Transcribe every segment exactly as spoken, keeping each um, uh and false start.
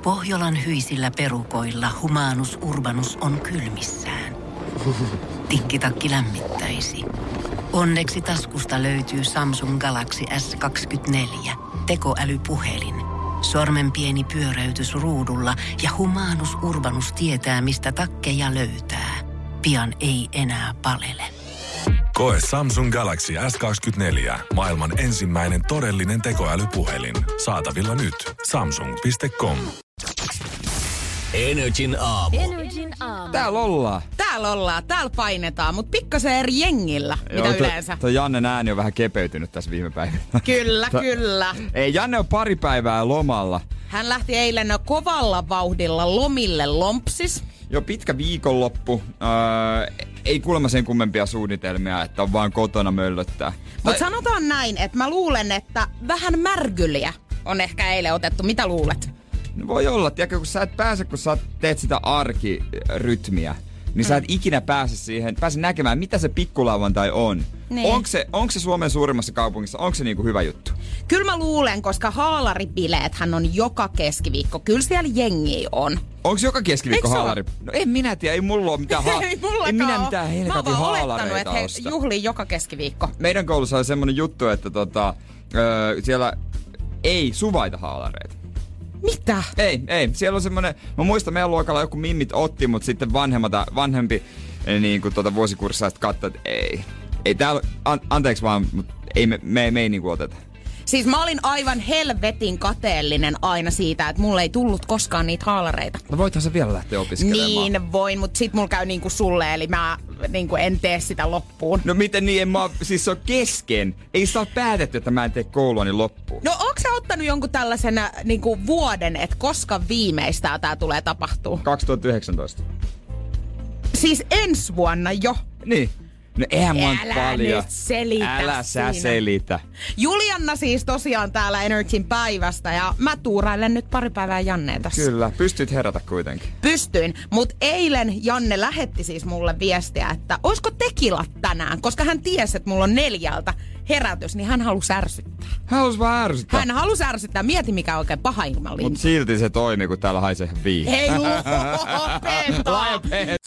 Pohjolan hyisillä perukoilla Humanus Urbanus on kylmissään. Tikkitakki lämmittäisi. Onneksi taskusta löytyy Samsung Galaxy S kaksikymmentäneljä, tekoälypuhelin. Sormen pieni pyöräytys ruudulla ja Humanus Urbanus tietää, mistä takkeja löytää. Pian ei enää palele. Koe Samsung Galaxy S kaksikymmentäneljä, maailman ensimmäinen todellinen tekoälypuhelin. Saatavilla nyt. samsung piste com. Energin aamu. Energin aamu. Täällä ollaan. Täällä ollaan, täällä painetaan, mutta pikkasen eri jengillä, mitä Joo, yleensä. Tuo Jannen ääni on vähän kepeytynyt tässä viime päivinä. Kyllä, kyllä. Ei, Janne on pari päivää lomalla. Hän lähti eilen kovalla vauhdilla lomille lompsis. Jo pitkä viikonloppu. Öö, ei kuulemma sen kummempia suunnitelmia, että on vaan kotona möllöttää. Mutta Tai... sanotaan näin, että mä luulen, että vähän märgyliä on ehkä eilen otettu. Mitä luulet? No voi olla, tiedätkö, kun sä et pääse, kun sä teet sitä arkirytmiä, niin mm. sä et ikinä pääse siihen, pääse näkemään, mitä se pikkulauantai on. Niin. Onko se, onko se Suomen suurimmassa kaupungissa, onko se niinku hyvä juttu? Kyllä mä luulen, koska haalaribileethän on joka keskiviikko. Kyllä siellä jengiä on. Onko joka keskiviikko haalari? No en minä tiedä, ei mulla ole mitään ha- ei En minä mitään helkatin haalareita että he osta. juhlii joka keskiviikko. Meidän koulussa oli semmonen juttu, että tota, öö, siellä ei suvaita haalareita. Mitä? Ei, ei. Siellä on semmonen, mä muistan meidän luokalla joku mimmit otti, mutta sitten vanhemmata, vanhempi niin kuin tuota vuosikurssista katsoi, että ei. Ei täällä, an, anteeksi vaan, mutta ei me, me, me ei niinku oteta. Siis mä olin aivan helvetin kateellinen aina siitä, että mulle ei tullut koskaan niitä haalareita. No voithan sä vielä lähteä opiskelemaan. Niin voin, mutta sit mulla käy niinku sulle, eli mä niinku en tee sitä loppuun. No miten niin, en mä, siis se on kesken. Ei saa päätetty, että mä en tee kouluani loppuun. No onko sä ottanut jonkun tällaisen niinku vuoden, että koska viimeistään tää tulee tapahtua? kaksituhattayhdeksäntoista. Siis ensi vuonna jo? Niin. No eihän mä Älä paljon. nyt selitä Älä sä siinä. selitä. Julianna siis tosiaan täällä Energin päivästä ja mä tuurailen nyt pari päivää Janneen tässä. Kyllä, pystyt herätä kuitenkin. Pystyin, mutta eilen Janne lähetti siis mulle viestiä, että oisko tekilat tänään, koska hän tiesi, että mulla on neljältä herätys, niin hän halusi ärsyttää. Hän halusi vaan ärsyttää. Hän halusi ärsyttää, mieti mikä on oikein paha ilmanlintu. Mut silti se toimi, kun täällä haisee viihi. Hei lopeta!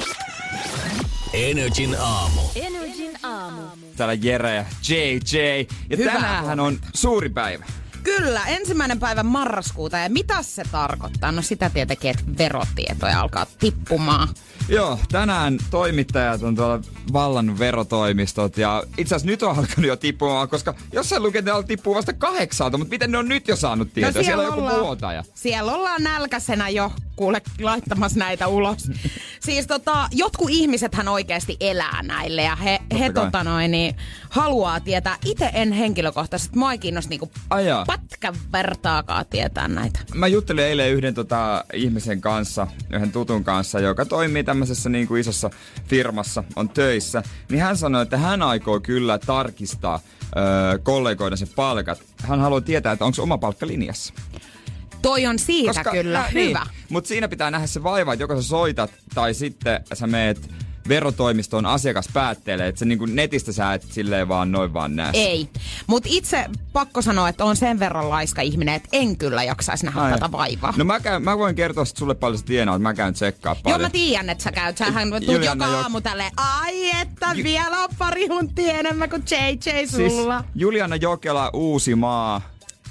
Energin aamu. Energin aamu. Täällä Jere ja J J. Ja Hyvää tänäänhän on suuri päivä. Kyllä, ensimmäinen päivä marraskuuta. Ja mitä se tarkoittaa? No sitä tietenkin, että verotietoja alkaa tippumaan. Joo, tänään toimittajat on tuolla vallannut verotoimistot ja itse asiassa nyt on alkanut jo tippumaan, koska jossain lukee, että ne tippuu vasta kahdeksalta, mutta miten ne on nyt jo saanut tietoa? No siellä, siellä on joku ollaan, vuotaja. Siellä ollaan nälkäisenä jo, kuule, laittamassa näitä ulos. Siis tota, jotkut ihmisethän oikeasti elää näille ja he, he tota noin, niin, haluaa tietää. Itse en henkilökohtaisesti, mua ei kiinnosta niinku pätkän vertaakaan tietää näitä. Mä juttelin eilen yhden tota, ihmisen kanssa, yhden tutun kanssa, joka toimii tämmöisessä niin kuin isossa firmassa, on töissä, niin hän sanoi, että hän aikoo kyllä tarkistaa öö, kollegoidensa palkat. Hän haluaa tietää, että onko oma palkka linjassa. Toi on siitä Koska, kyllä äh, hyvä. Niin, mutta siinä pitää nähdä se vaiva, että joko sä soitat tai sitten sä meet verotoimistoon asiakaspäätteelle, että se niinku netistä sä et silleen vaan noin vaan näe. Ei, mutta itse pakko sanoa, että on sen verran laiska ihminen, että en kyllä jaksaisi nähdä Ai. tätä vaivaa. No mä, käyn, mä voin kertoa sulle paljon se tienaa, että mä käyn tsekkaa paljon. Joo, mä tiedän, että sä käyt. Sähän tulet joka jo... aamu tälleen, ai että Ju... vielä on pari huntia enemmän kuin J J sulla. Siis Juliana Jokela, Uusimaa.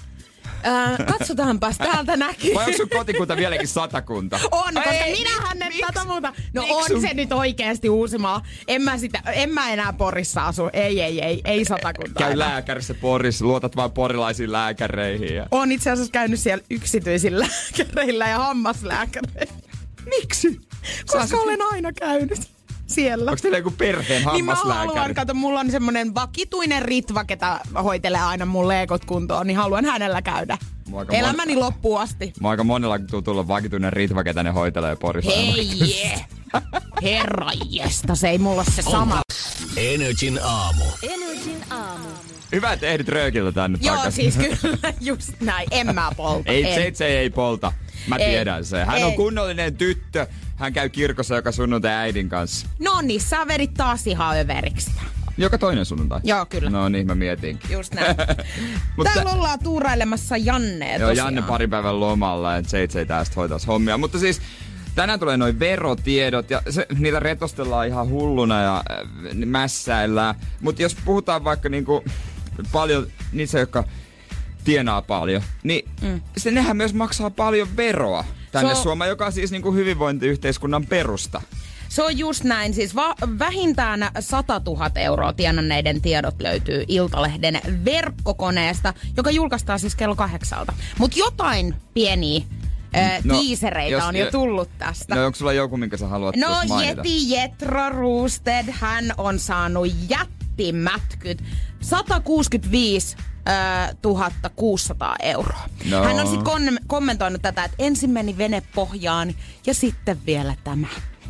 Öö, katsotaanpas, täältä näkyy. Vai onko sun kotikunta vieläkin Satakunta? On, koska ei, minähän en tätä muuta. No Miks on sun... se nyt oikeesti Uusimaa. En mä, sitä, en mä enää Porissa asu. Ei, ei, ei, ei Satakunta. Käy enää lääkärissä Porissa, luotat vaan porilaisiin lääkäreihin. Ja... Oon itse asiassa käynyt siellä yksityisillä lääkäreillä ja hammaslääkäreillä. Miksi? Koska Sä olen aina käynyt siellä. Onko teillä joku perheen hammaslääkäri? Niin mä haluan, kato, mulla on semmonen vakituinen Ritva, ketä hoitelee aina mun leekot kuntoon, niin haluan hänellä käydä. Elämäni mon... loppuun asti. Mä aika monella tutulla vakituinen Ritva, ketä ne hoitelee Porissa. Hei yeah. Herranjesta, se ei mulla ole se sama. Energin aamu. Energin aamu. Hyvä, että ehdit röökillä tänne Joo, takaisin. siis kyllä, just näin. En mä polta. Ei, se, se ei polta. Mä ei. tiedän se. Hän ei. on kunnollinen tyttö. Hän käy kirkossa joka sunnuntai äidin kanssa. No niin, sä vedit taas ihan överiksi. Joka toinen sunnuntai? Joo, kyllä. No niin, mä mietinkin. Just näin. Mutta Täällä ollaan tuurailemassa Jannea joo, tosiaan. Janne pari päivän lomalla, että se itse ei tästä hoitaisi hommia. Mutta siis tänään tulee noin verotiedot ja se, niitä retostellaan ihan hulluna ja äh, mässäillään. Mutta jos puhutaan vaikka niinku paljon niissä, jotka tienaa paljon, niin mm. se nehän myös maksaa paljon veroa tänne so, Suomeen, joka on siis niinku hyvinvointiyhteiskunnan perusta. Se on just näin. Siis va- vähintään sata tuhatta euroa tienanneiden tiedot löytyy Iltalehden verkkokoneesta, joka julkaistaan siis kello kahdeksalta. Mutta jotain pieniä äh, no, tiisereitä jos, on jo tullut tästä. No onko sulla joku, minkä sä haluat No mainita? Yeti Jetro Roosted, hän on saanut jättimätkyt. sata kuusikymmentäviisi tuhatta kuusisataa euroa. No. Hän on sitten kon- kommentoinut tätä, että ensin meni vene pohjaan ja sitten vielä tämä.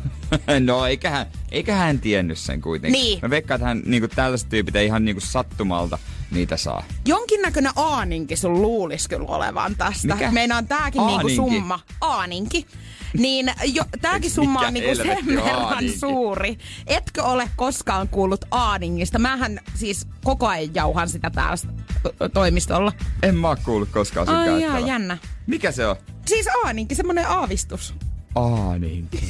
No eiköhän, eiköhän hän tiennyt sen kuitenkin. Niin. Mä veikkaan, että hän niinku tällaiset tyypit ei ihan niinku sattumalta niitä saa. Jonkinnäköinen aaninki sun luulisi kyllä olevan tästä. Mikä? Meinaan tääkin niinku summa. Aaninki. Niin jo, tääkin summa on niinku sen verran aaninki suuri. Etkö ole koskaan kuullut aaningista? Mähän siis koko ajan jauhan sitä täällä toimistolla. En mä oo kuullut koskaan sun käyttävä. käyttävä. Ai jaa, jännä. Mikä se on? Siis aaninki, semmonen aavistus. Aaninki.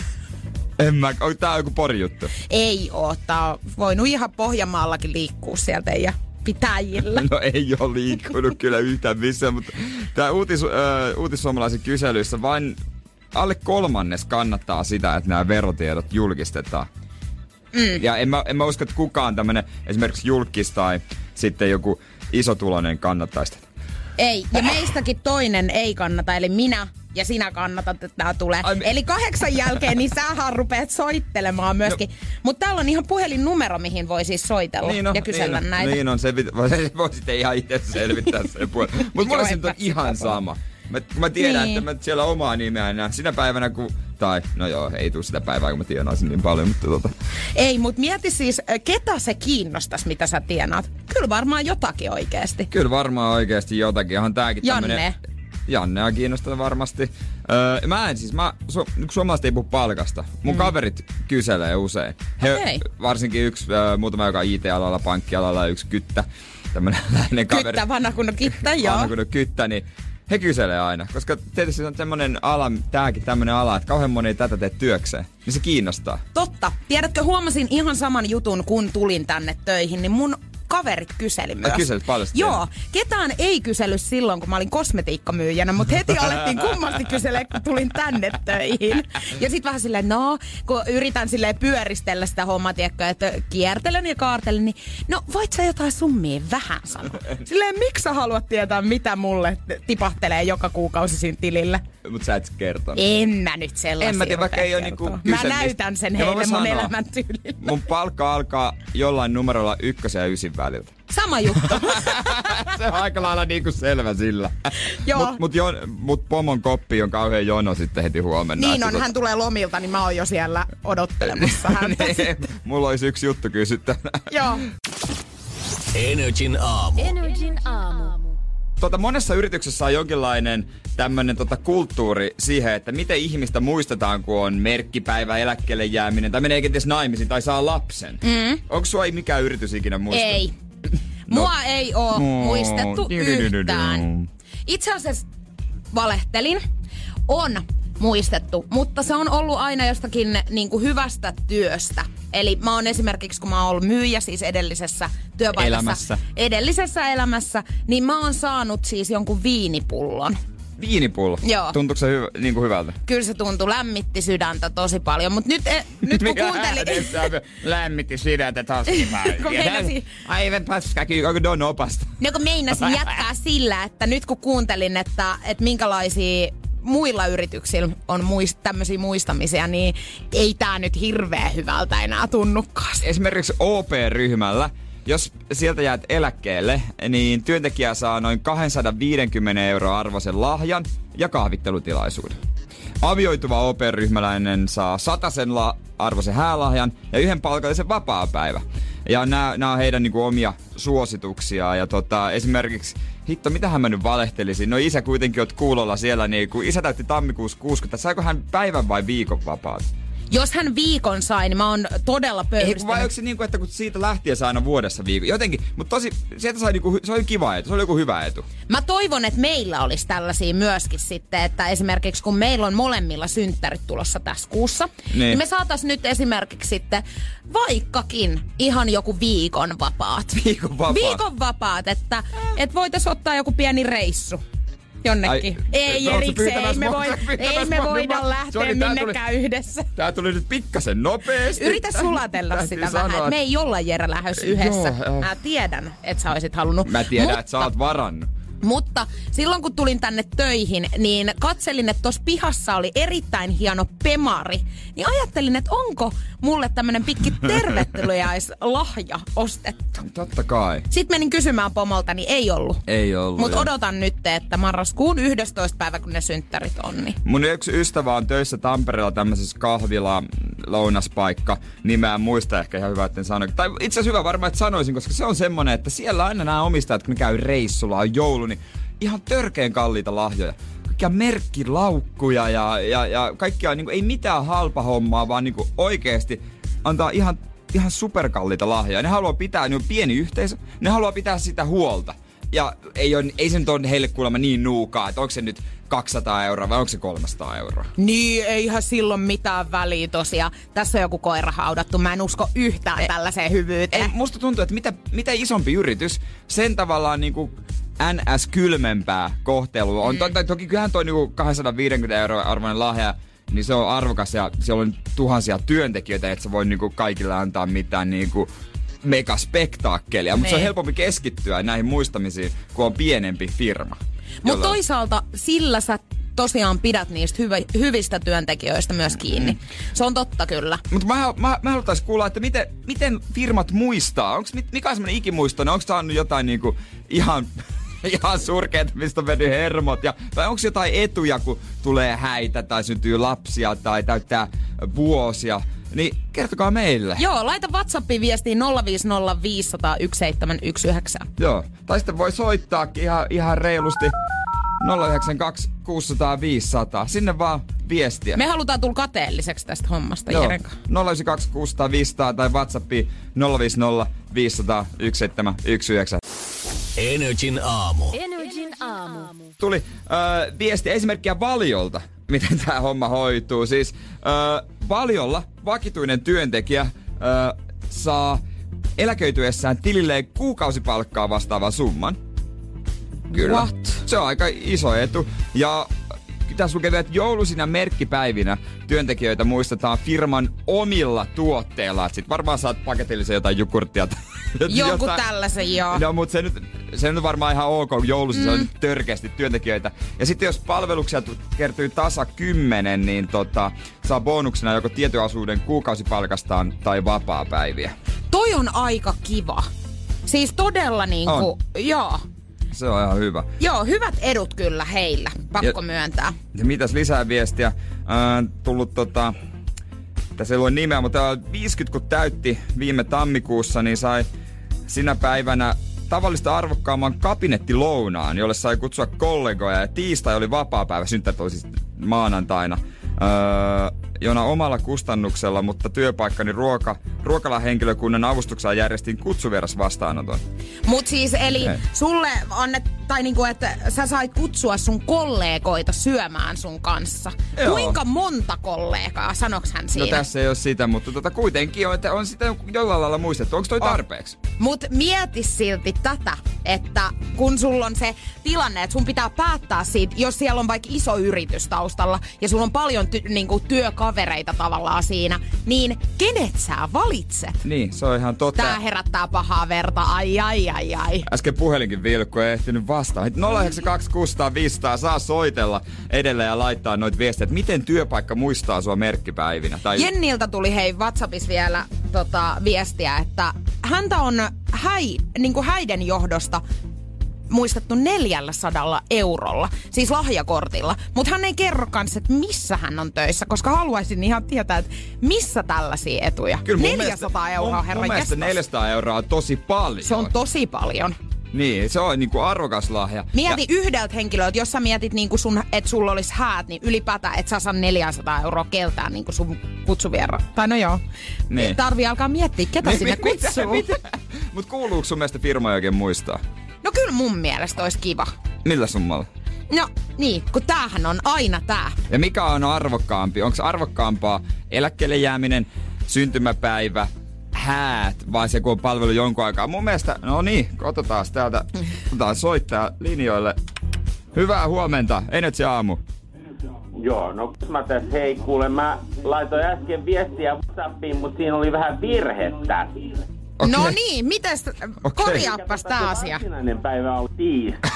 En mä, on tää joku Pori-juttu? Ei oo, tää on voinut ihan Pohjanmaallakin liikkuu sieltä ja pitäjillä. No ei oo liikkunut kyllä yhtään missään, mutta tää uutis, äh, uutissuomalaisen kyselyissä vain alle kolmannes kannattaa sitä, että nämä verotiedot julkistetaan. Mm. Ja en mä, en mä usko, että kukaan tämmönen esimerkiksi julkis tai sitten joku isotuloinen kannattaisi tätä. Ei, ja meistäkin toinen ei kannata, eli minä ja sinä kannatat, että tää tulee. Ai, eli kahdeksan jälkeen, niin sähän rupeat soittelemaan myöskin. No. Mutta täällä on ihan puhelinnumero, mihin voi siis soitella niin no, ja kysellä niin näitä. Niin on, se voi sitten ihan itse selvittää sen puolella. Mutta mulle se on ihan sama. Mä, mä tiedän, niin. että mä siellä omaa nimeä enää sinä päivänä, kun... Tai, no joo, ei tule sitä päivää, kun mä tienaisin niin paljon, mutta tota... Ei, mutta mieti siis, ketä se kiinnostais, mitä sä tienaat. Kyllä varmaan jotakin oikeesti. Kyllä varmaan oikeesti jotakin. Onhan tääkin tämmönen... Janne. Jannea kiinnostaa varmasti. Öö, mä en siis, mä, su, suomalaiset ei puhu palkasta. Mun mm. kaverit kyselee usein. He, okay. Varsinkin yksi, öö, muutama joka I T-alalla, pankkialalla ja yksi kyttä. Tämmönen läheinen kaveri. Kyttä, vanha kunnon kyttä, joo. Vanha kunnon kyttä, niin he kyselee aina. Koska tietysti on semmonen ala, tääkin tämmönen ala, että kauhean moni ei tätä tee työkseen. Niin se kiinnostaa. Totta. Tiedätkö, huomasin ihan saman jutun, kun tulin tänne töihin, niin mun kaverit kyseli myös. Kyselit paljon. Joo. Ketään ei kysellyt silloin, kun mä olin kosmetiikkamyyjänä, mutta heti alettiin kummasti kyselee, kun tulin tänne töihin. Ja sit vähän silleen, no, kun yritän silleen pyöristellä sitä hommaa, tiedätkö, että kiertelen ja kaartelen, niin no, voit sä jotain summia vähän sanoa? Silleen, miksi sä haluat tietää, mitä mulle tipahtelee joka kuukausi siinä tilille? Mut sä et kertonut. En mä nyt sellaisia. En mä tiedä, vaikka ei oo niinku Mä näytän sen heille mun sanoa, elämäntyylillä. Mun palkka alkaa jollain numerolla ykkösen ja ysin väliltä. Sama juttu. Se on aika lailla niinku selvä sillä. Joo. Mut, mut, jo, mut pomon koppi on kauhean jono sitten heti huomenna. Niin on, tot... hän tulee lomilta, niin mä oon jo siellä odottelemassa häntä. Mulla olisi yksi juttu kysyttävänä. Joo. Energin aamu. Energin aamu. Tota, monessa yrityksessä on jonkinlainen tämmönen tota, kulttuuri siihen, että miten ihmistä muistetaan, kun on merkkipäivä, eläkkeelle jääminen, tai menee kenties naimisiin, tai saa lapsen. Mm. Onko sua ei mikään yritys ikinä muistanut? Ei. No. Mua ei oo no. muistettu yhtään. Itse asiassa valehtelin. On muistettu, mutta se on ollut aina jostakin niin kuin hyvästä työstä. Eli mä oon esimerkiksi, kun mä oon ollut myyjä siis edellisessä työpaikassa. Elämässä. Edellisessä elämässä, niin mä oon saanut siis jonkun viinipullon. Viinipullo? Joo. Tuntuuko se hyvä, niin kuin hyvältä? Kyllä se tuntui, lämmitti sydäntä tosi paljon, mutta nyt, e, nyt kun kuuntelin... Lämmitti sydäntä tosi paljon. Meinasin... Aivan paska, kyllä don opasta. No kun meinasin jatkaa sillä, että nyt kun kuuntelin, että, että minkälaisia muilla yrityksillä on muist, tämmöisiä muistamisia, niin ei tää nyt hirveän hyvältä enää tunnukaan. Esimerkiksi O P-ryhmällä, jos sieltä jäät eläkkeelle, niin työntekijä saa noin kaksisataaviisikymmentä euroa arvoisen lahjan ja kahvittelutilaisuuden. Avioituva O P-ryhmäläinen saa satasen la- arvoisen häälahjan ja yhden palkallisen vapaapäivä. Ja nämä on heidän niinku omia suosituksia. Ja tota, esimerkiksi, hitto, mitähän mä nyt valehtelisin? No isä kuitenkin oot kuulolla siellä, niin kun isä täytti tammikuussa kuusikymmentä, saiko hän päivän vai viikon vapaat? Jos hän viikon sai, niin mä oon todella pöyristynyt. Ei, vai onko se niin kuin, että kun siitä lähtien saa aina vuodessa viikon? Jotenkin, mutta tosi, sieltä sai niinku, se oli kiva etu, se oli joku hyvä etu. Mä toivon, että meillä olisi tällaisia myöskin sitten, että esimerkiksi kun meillä on molemmilla synttärit tulossa tässä kuussa, niin, niin me saatais nyt esimerkiksi sitten vaikkakin ihan joku viikon vapaat. Viikon vapaat? Viikon vapaat, että et voitais ottaa joku pieni reissu. Jonnekin. Ai, ei no, erikseen, ei me, voi, ei me voida mä, lähteä minnekään yhdessä. Tää tuli nyt pikkasen nopeasti. Yritä sulatella sitä sanoa, vähän, että me ei olla Jere lähdössä yhdessä. Joo, mä tiedän, että sä olisit halunnut. Mä tiedän, mutta, että sä oot varannut. Mutta silloin kun tulin tänne töihin, niin katselin, että tuossa pihassa oli erittäin hieno pemari. Niin ajattelin, että onko mulle tämmönen pikki tervetuliaislahja ostettu. Totta kai. Sitten menin kysymään pomolta, niin ei ollut. Ei ollut. Mutta odotan nyt, että marraskuun yhdestoista päivä, kun ne synttärit on. Niin. Mun yksi ystävä on töissä Tampereella tämmöisessä kahvila lounaspaikka. Nimeä muista ehkä ihan hyvä, etten sano. Tai itse asiassa hyvä varmaan, että sanoisin, koska se on semmonen, että siellä aina nämä omistajat, kun ne käy reissulla, on joulu, niin ihan törkeen kalliita lahjoja. Kaikkia merkkilaukkuja ja, ja, ja kaikkia, niin kuin, ei mitään halpa hommaa, vaan niin kuin oikeesti antaa ihan, ihan superkalliita lahjoja. Ne haluaa pitää, ne on pieni yhteisö, ne haluaa pitää sitä huolta. Ja ei, ole, ei se nyt ole heille kuulemma niin nuukaa, että onko se nyt kaksisataa euroa vai onko se kolmesataa euroa. Niin, eihän silloin mitään väliä tosiaan. Tässä on joku koira haudattu. Mä en usko yhtään ei, tällaiseen hyvyyteen. Ei, musta tuntuu, että mitä, mitä isompi yritys, sen tavallaan niinku N S-kylmempää kohtelua on. Mm. To, to, toki kyllähän toi niinku kaksisataaviisikymmentä euroa arvoinen lahja, niin se on arvokas ja siellä on tuhansia työntekijöitä, että sä voi niinku kaikille antaa mitään niinku megaspektaakkelia. Mutta se on helpompi keskittyä näihin muistamisiin, kun on pienempi firma. Mutta toisaalta sillä sä tosiaan pidät niistä hyvä, hyvistä työntekijöistä myös kiinni. Mm. Se on totta kyllä. Mutta mä, mä, mä haluaisin kuulla, että miten, miten firmat muistaa? Onks, mikä on semmoinen ikimuisto? Onko saanut jotain niinku ihan, ihan surkeita, mistä on mennyt hermot? Ja, vai onko jotain etuja, kun tulee häitä tai syntyy lapsia tai täyttää vuosia? Niin kertokaa meille. Joo, laita WhatsAppiin viestiin nolla viisi nolla viisi nolla nolla yksi seitsemän yksi yhdeksän. Joo, tai sitten voi soittaa ihan, ihan reilusti nolla yhdeksän kaksi kuusi nolla nolla viisi nolla nolla. Sinne vaan viestiä. Me halutaan tulla kateelliseksi tästä hommasta, Joo, Jeren. nolla yhdeksän kaksi kuusi nolla nolla viisi nolla nolla tai WhatsAppiin nolla viisi nolla viisi nolla nolla yksi seitsemän yksi yhdeksän. Energin aamu. Energin aamu. Tuli äh, viesti esimerkkiä Valiolta, miten tää homma hoituu. Siis äh, Valiolla vakituinen työntekijä äh, saa eläköityessään tililleen kuukausipalkkaa vastaavan summan. Kyllä. What? Se on aika iso etu. Ja tässä lukee, että jouluisina merkkipäivinä työntekijöitä muistetaan firman omilla tuotteilla. Sitten varmaan saat paketillisen jotain jukurttia. Joku tällaisen, joo. No, mutta se nyt, se nyt varmaan ihan ok. Jouluisin mm. se on nyt törkeästi työntekijöitä. Ja sitten jos palveluksia kertyy tasa kymmenen, niin tota, saa bonuksena joko tietyn asuuden kuukausipalkastaan tai vapaapäiviä. Toi on aika kiva. Siis todella niinku, on. Joo. Se on ihan hyvä. Joo, hyvät edut kyllä heillä, pakko ja, myöntää. Ja mitäs lisää viestiä? Äh, tullut tota, tässä ei lue nimeä, mutta viisikymmentä kun täytti viime tammikuussa, niin sai sinä päivänä tavallista arvokkaamman kabinettilounaan, jolle sai kutsua kollegoja. Ja tiistai oli vapaapäivä, synttärit oli siis maanantaina. Öö, jona omalla kustannuksella, mutta työpaikkani ruoka, ruokalahenkilökunnan avustuksella järjestin kutsuvieras vastaanoton. Mut siis eli Hei. sulle annet, tai niinku, että sä sait kutsua sun kollegoita syömään sun kanssa. Joo. Kuinka monta kollegaa, sanoks hän siinä? No tässä ei ole sitä, mutta tota kuitenkin on, että on sitä jollain lailla muistettu. Onko toi oh. tarpeeksi? Mut mieti silti tätä, että kun sulla on se tilanne, että sun pitää päättää siitä, jos siellä on vaikka iso yritys taustalla ja sulla on paljon ty- niinku työkavereita tavallaan siinä, niin kenet sä valitset? Niin, se on ihan totta. Tää herättää pahaa verta, ai ai ai ai. Äsken puhelinkin vilkku, ei ehtinyt vastaan. nolla yhdeksän kaksi kuusi nolla nolla viisi nolla nolla saa soitella edelleen ja laittaa noita viestejä, että miten työpaikka muistaa sua merkkipäivinä. Tai... Jenniltä tuli hei WhatsAppissa vielä tota, viestiä, että häntä on häi, niin kuin häiden johdosta muistettu neljälläsadalla eurolla, siis lahjakortilla. Mutta hän ei kerro kanssa, että missä hän on töissä, koska haluaisin ihan tietää, että missä tällaisia etuja. Kyllä neljäsataa euroa, herra mun mielestä neljäsataa euroa on tosi paljon. Se on tosi paljon. Niin, se on niinku arvokas lahja. Mieti ja... yhdeltä henkilöltä, jos sä mietit niinku sun, että sulla olisi häät, niin ylipäätään et sä saa neljäsataa euroa keltään niinku sun kutsuviera. Tai no joo. Niin. Tarvii alkaa miettiä, ketä niin, sinne mit, kutsuu. Mitä, mitä? Mut kuuluuko sun mielestä firma oikein muistaa? No kyllä mun mielestä olisi kiva. Millä summalla? No niin, kun tämähän on aina tää. Ja mikä on arvokkaampi? Onko arvokkaampaa eläkkeelle jääminen, syntymäpäivä, häät, vai se kun on palvelu jonkun aikaa? Mun mielestä, no niin, katsotaan täältä, otetaan soittaa linjoille. Hyvää huomenta, Energy Aamu. Joo, no mä tässä, hei kuule, mä laitoin äsken viestiä WhatsAppiin, mutta siinä oli vähän virhettä. Okay. No niin, mites, okay. Korjaappas tää asia. Varsinainen päivä on tiistai.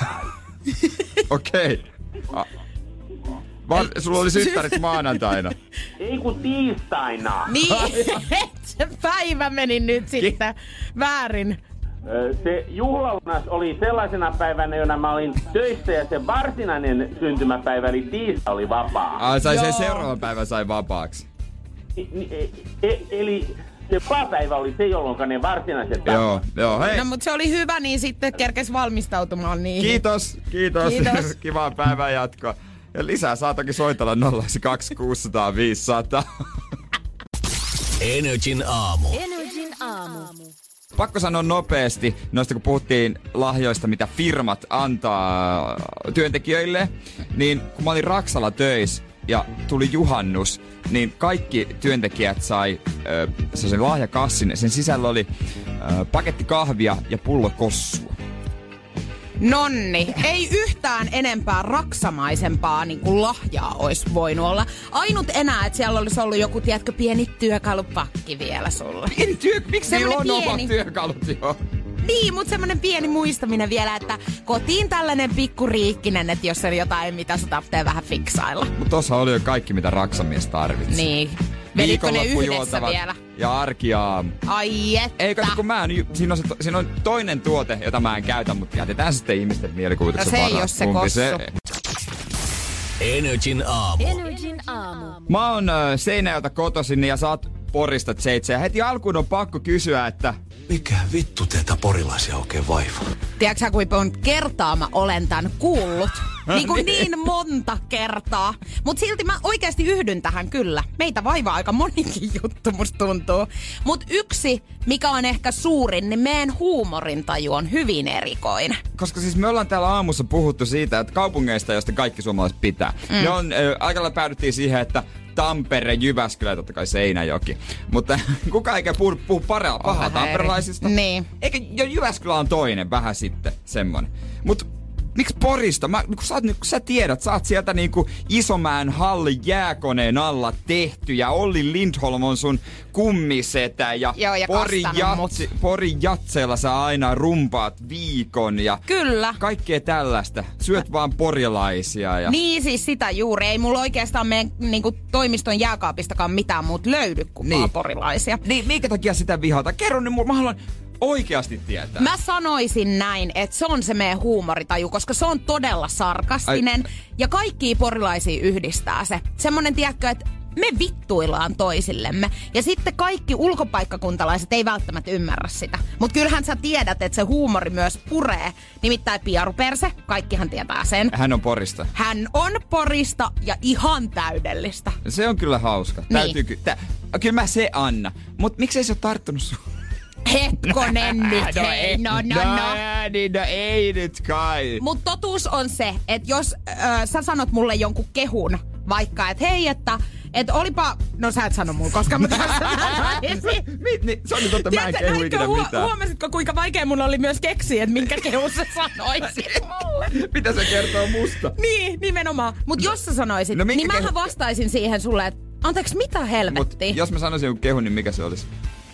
Okei. Okay. Vaan sulla oli synttärit maanantaina. Ei kun tiistaina. Niin, se päivä meni nyt sitten väärin. Se juhlalunas oli sellaisena päivänä, jona mä olin töissä ja se varsinainen syntymäpäivä eli tiistai oli vapaa. Ai, sai sen seuraavan päivän sai vapaaksi. E- e- eli se vapaa-päivä oli se, jolloin ne varsinaiset päivät. Joo, joo, hei. No mut se oli hyvä, niin sitten kerkes valmistautumaan niihin. Kiitos, kiitos. kiitos. Kivaa päivän jatkoa. Ja lisää saa toki soitella nolla kaksi kuusi nolla nolla viisi nolla nolla. Energin aamu. Energin aamu. Pakko sanoa nopeasti, noista kun puhuttiin lahjoista, mitä firmat antaa työntekijöille, niin kun mä olin Raksalla töissä ja tuli juhannus, niin kaikki työntekijät sai äh, sen lahjakassin. Sen sisällä oli äh, paketti kahvia ja pullo kossua. Nonni, ei yhtään enempää raksamaisempaa niin kuin lahjaa olisi voinut olla. Ainut enää, että siellä olisi ollut joku, tiedätkö, pieni työkalupakki vielä sulle. Pieni työ, miksi semmonen on pieni... omat työkalut jo? Niin, mutta semmoinen pieni muistaminen vielä, että kotiin tällainen pikku riikkinen, että jos on jotain, mitä sä tarvitsee vähän fiksailla. Mutta tossa oli jo kaikki, mitä raksamies tarvitsi. Niin. Veditkö ne yhdessä vielä? Ja arkiaamu. Ai että. Ei, kato, kun mä en, siinä, on se, siinä on toinen tuote, jota mä en käytä, mutta jätetään se sitten ihmisten mielikuvituksen no se varaan. ei ole se kossu. Se... Energin aamu. Energin aamu. Mä oon äh, Seinäjoelta kotoisin ja sä oot Porista Tseitse. Ja heti alkuun on pakko kysyä, että... Mikä vittu teitä porilaisia oikein vaivaa? Tiedätkö sä, kuinka monta kertaa mä olen tän kuullut? Niin kuin niin monta kertaa. Mut silti mä oikeasti yhdyn tähän kyllä. Meitä vaivaa aika monikin juttu, musta tuntuu. Mut yksi, mikä on ehkä suurin, niin meidän huumorintaju on hyvin erikoinen. Koska siis me ollaan täällä aamussa puhuttu siitä, että kaupungeista, joista kaikki suomalaiset pitää. Mm. Ne on, äh, aikalla päädyttiin siihen, että Tampere, Jyväskylä ja totta kai Seinäjoki. Mutta kukaan eikä puhu, puhu paraa, pahaa tamperelaisista. Niin. Eikä jo Jyväskylä on toinen vähän sitten semmonen. Mut miksi Porista? Mä, kun, sä, kun sä tiedät, sä oot sieltä niinku Isomäen hallin jääkoneen alla tehty ja Olli Lindholm on sun kummisetä ja, Joo, ja Porin, jatsi, Porin jatseilla sä aina rumpaat viikon ja kyllä. Kaikkea tällaista. Syöt vaan porilaisia. Ja... Niin siis sitä juuri. Ei mulla oikeastaan meidän niinku, toimiston jääkaapistakaan mitään muuta löydy kuin niin. porilaisia. Niin, minkä takia sitä vihata? Kerro nyt, mä haluan oikeasti tietää. Mä sanoisin näin, että se on se meidän huumoritaju, koska se on todella sarkastinen. Ai. Ja kaikkia porilaisia yhdistää se. Semmonen, tiedätkö, että me vittuillaan toisillemme. Ja sitten kaikki ulkopaikkakuntalaiset ei välttämättä ymmärrä sitä. Mut kyllähän sä tiedät, että se huumori myös puree. Nimittäin Piaruperse, kaikkihan tietää sen. Hän on Porista. Hän on Porista ja ihan täydellistä. Se on kyllä hauska. Niin. Täytyy ky- tä- kyllä mä se anna. Mut miksei se ole tarttunut sun? Hetkonen nyt, no, hei, no, no, no. no. Niin, no ei nyt kai. Mut totuus on se, että jos äh, sä sanot mulle jonkun kehun, vaikka, että hei, että et olipa... No sä et sano mulle, koska mä tässä niin, se on nyt totta, mä en kehu ikinä huo- mitään. Huomasitko, kuinka vaikea mun oli myös keksiä, että minkä kehun sä sanoisit mulle? Mitä se kertoo musta? Niin, nimenomaan. Mut no, jos sä sanoisit, no, niin mähän kehu... vastaisin siihen sulle, että anteeksi, mitä helvettiä? Mut jos mä sanoisin joku kehun, niin mikä se olisi?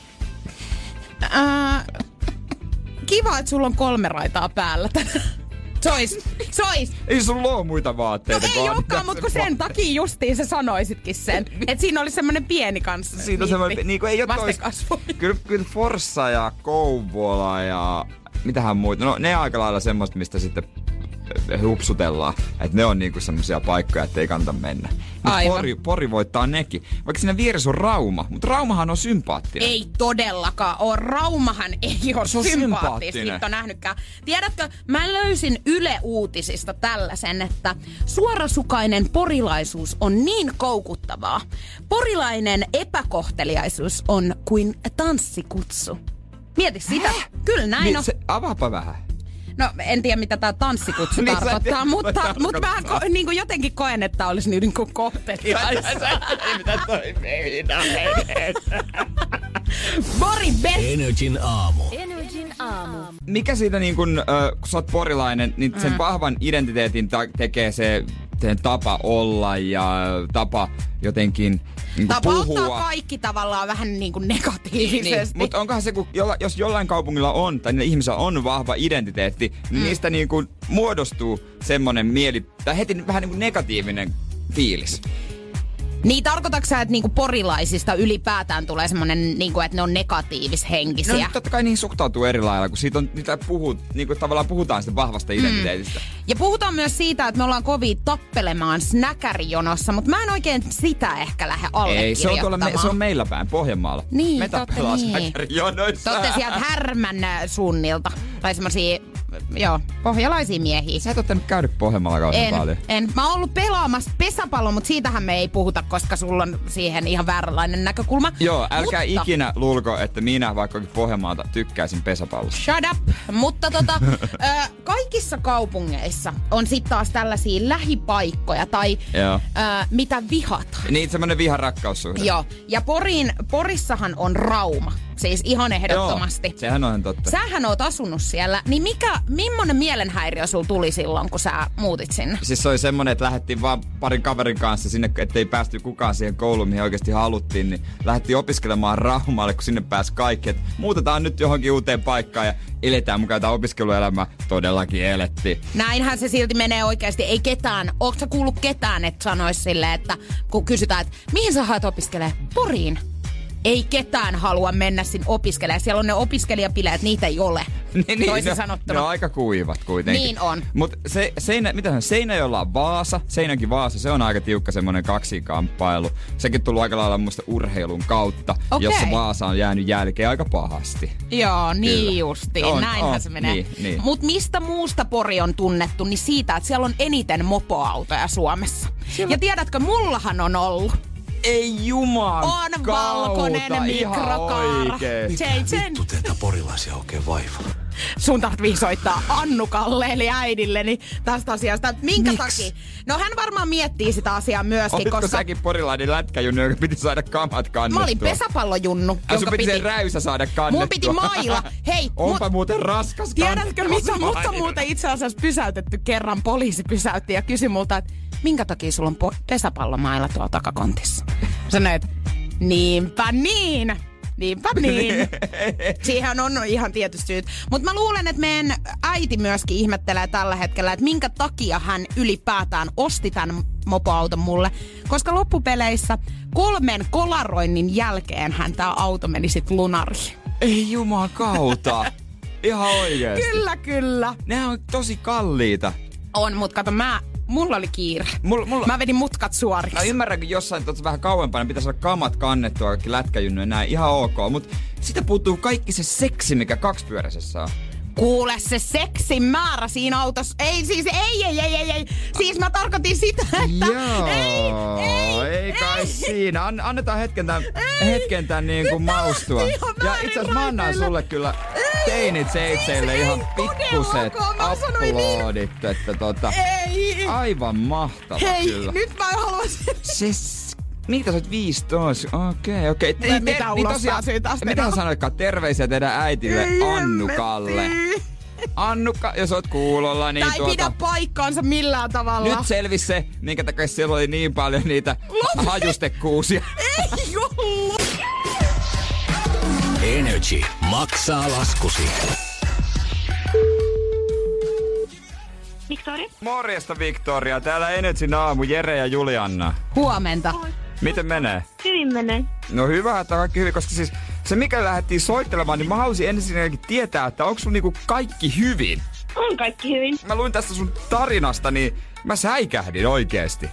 Äh, kiva, että sulla on kolme raitaa päällä tänään. Sois, sois. Ei sulla oo muita vaatteita. No ei olekaan, mutta kun sen takia justiin sä sanoisitkin sen. Että siinä olisi semmonen pieni kanssa. Siinä on semmonen, niinku ei oo tois. Kyllä, kyllä Forssa ja Kouvola ja mitähän muuta. No ne aika lailla semmoista, mistä sitten hupsutellaan. Että ne on niinku semmosia paikkoja, ettei kannata mennä. Mut Pori, Pori voittaa nekin. Vaikka siinä vieressä on Rauma, mutta Raumahan on sympaattinen. Ei todellakaan ole. Raumahan ei ole sympaattinen. sympaattinen. Nyt on nähnytkään. Tiedätkö, mä löysin Yle Uutisista tällaisen, että suorasukainen porilaisuus on niin koukuttavaa. Porilainen epäkohteliaisuus on kuin tanssikutsu. Mieti sitä. Häh? Kyllä näin niin, on. Se, avaapa vähän. No, en tiedä mitä tää tanssikutsu niin tarkoittaa, mutta, mutta mä ko, niin kuin jotenkin koen, että olisi niin kuin kohteliaisuus. Mitä toi meinaa? Pori best. Energin aamu. Energin aamu. Mikä siitä niin kun, äh, kun sä oot porilainen, niin sen mm. vahvan identiteetin ta- tekee se tapa olla ja tapa jotenkin niin tapa puhua. ottaa kaikki tavallaan vähän niin kuin negatiivisesti. Niin, mutta onkohan se, kun jolla, jos jollain kaupungilla on, tai niillä ihmisillä on vahva identiteetti, niin mm. niistä niin kuin muodostuu semmoinen mieli, tai heti vähän niin kuin negatiivinen fiilis. Niin tarkoitatko sä, että niinku porilaisista ylipäätään tulee semmonen, niinku, että ne on negatiivishenkisiä? No totta kai niihin suhtautuu eri lailla, kun siitä on, niitä puhut, niinku tavallaan puhutaan sitä vahvasta identiteetistä. Mm. Ja puhutaan myös siitä, että me ollaan kovin tappelemaan snäkärijonossa, mutta mä en oikein sitä ehkä lähde allekirjoittamaan. Ei, se on, me, se on meillä päin, Pohjanmaalla. Niin, me tappellaan niin. snäkärijonoissa. Totte sieltä Härmän suunnilta. Tai semmosia, joo, pohjalaisia miehiä. Sä et ottanut käydä Pohjanmaalla kauhean en, paljon. En, mä oon ollut pelaamassa pesäpallon, mutta siitähän me ei puhuta, koska sulla on siihen ihan vääränlainen näkökulma. Joo, älkää mutta, ikinä luulko, että minä vaikkakin Pohjanmaalta tykkäisin pesäpallosta. Shut up! Mutta tota, ö, kaikissa kaupungeissa on sit taas tällaisia lähipaikkoja tai ö, mitä vihataan. Niin, semmonen viharakkaussuhde. Joo, ja Porin, Porissahan on Rauma. Siis ihan ehdottomasti. Joo, sehän on totta. Sähän oot asunut siellä, niin mikä, millainen mielenhäiriö sulla tuli silloin, kun sä muutit sinne? Siis se oli semmonen, että lähdettiin vaan parin kaverin kanssa sinne, ettei päästy kukaan siihen kouluun, mihin oikeasti haluttiin, niin lähdettiin opiskelemaan Raumalle, kun sinne pääsi kaikki. Et muutetaan nyt johonkin uuteen paikkaan ja eletään mukaan tätä opiskeluelämää. Todellakin elettiin. Näinhän se silti menee oikeasti. Ei ketään, ootko sä kuullut ketään, että sanois silleen, että kun kysytään, että mihin sä haet opiskelemaan? Poriin. Ei ketään halua mennä sinne opiskelemaan. Siellä on ne opiskelijapileet, niitä ei ole. niin, toisin no, sanottuna. Ne on aika kuivat kuitenkin. Niin on. Mutta se, seinä, mitä on, Seinäjoella on Vaasa, Seinäkin Vaasa, se on aika tiukka semmonen kaksikamppailu. Sekin tullut aika lailla muista urheilun kautta, okay. Jossa Vaasa on jäänyt jälkeen aika pahasti. Joo, niin Kyllä. justiin. On, Näinhän on, se menee. Niin, niin. Mut mistä muusta Pori on tunnettu, niin siitä, että siellä on eniten mopoautoja Suomessa. Siellä... Ja tiedätkö, mullahan on ollut. Ei juman on kautta, valkoinen mikrokaara. Vittu teitä porilaisia oikein vaivaa. Sun tarvitsee soittaa Annukalle eli äidilleni tästä asiasta. Minkä Miks? takia? No hän varmaan miettii sitä asiaa myöskin, Olitko koska... säkin porilainen lätkäjunnu, joka piti saada kamat kannettua? Mä olin pesäpallojunnu, Ai, jonka sun piti piti... sen räysä saada kannettua. Mun piti maila. Hei, Onpa mut... muuten raskas Tiedätkö, missä mut on maila. muuten itse asiassa pysäytetty kerran. Poliisi pysäytti ja kysyi multa, että minkä takia sulla on po- pesäpallomaila tuolla takakontissa? Sanoin, että niinpä niin. Niinpä niin. Siihen on ihan tietysti syyt. Mutta mä luulen, että meidän äiti myöskin ihmettelee tällä hetkellä, että minkä takia hän ylipäätään osti tämän mopoauton mulle. Koska loppupeleissä kolmen kolaroinnin jälkeen hän tää auto meni sit lunariin. Ei juman kautta. Ihan oikeesti. Kyllä, kyllä. Nehän on tosi kalliita. On, mut kato mä... Mulla oli kiire. Mulla, mulla... Mä vedin mutkat suoriksi. Mä ymmärrän, kun jossain tuossa vähän kauempana pitäisi olla kamat kannettua, kaikki lätkäjunnu ja näin. Ihan ok, mutta sitä puuttuu kaikki se seksi, mikä kaksipyöräisessä on. Kuule se seksin määrä siinä autossa. Ei siis, ei, ei, ei, ei, ei. Siis mä tarkoitin sitä, että... Joo, ei, ei, ei kai ei. siinä. An, annetaan hetken tän, hetken tän niin kuin maustua. Ja itse asiassa mä annan sulle kyllä teinit seitseille ihan pikkuset uploadit. Että tota, ei. Aivan mahtava Hei, kyllä. nyt mä haluaisin... Siis... Mitä sä oot viisitoista? Okei, okei. Mitä Te, ulos pääsyy taas mitä sä sanoitkaan? Terveisiä teidän äitille Ei Annukalle. hemmetti. Annukka, jos oot kuulolla, niin Tää ei tuota... pidä paikkaansa millään tavalla. Nyt selvisi se, minkä takia siellä oli niin paljon niitä Lopet- hajustekuusia. Ei ollut. Energy maksaa laskusi. Victoria? Morjesta Victoria, täällä Energyn aamu, Jere ja Julianna. Huomenta. Miten menee? Hyvin menee. No hyvä, että on kaikki hyvin, koska siis se mikä lähdettiin soittelemaan, niin mä halusin ensinnäkin tietää, että onko sulla niinku kaikki hyvin? On kaikki hyvin. Mä luin tästä sun tarinasta, niin mä säikähdin oikeesti.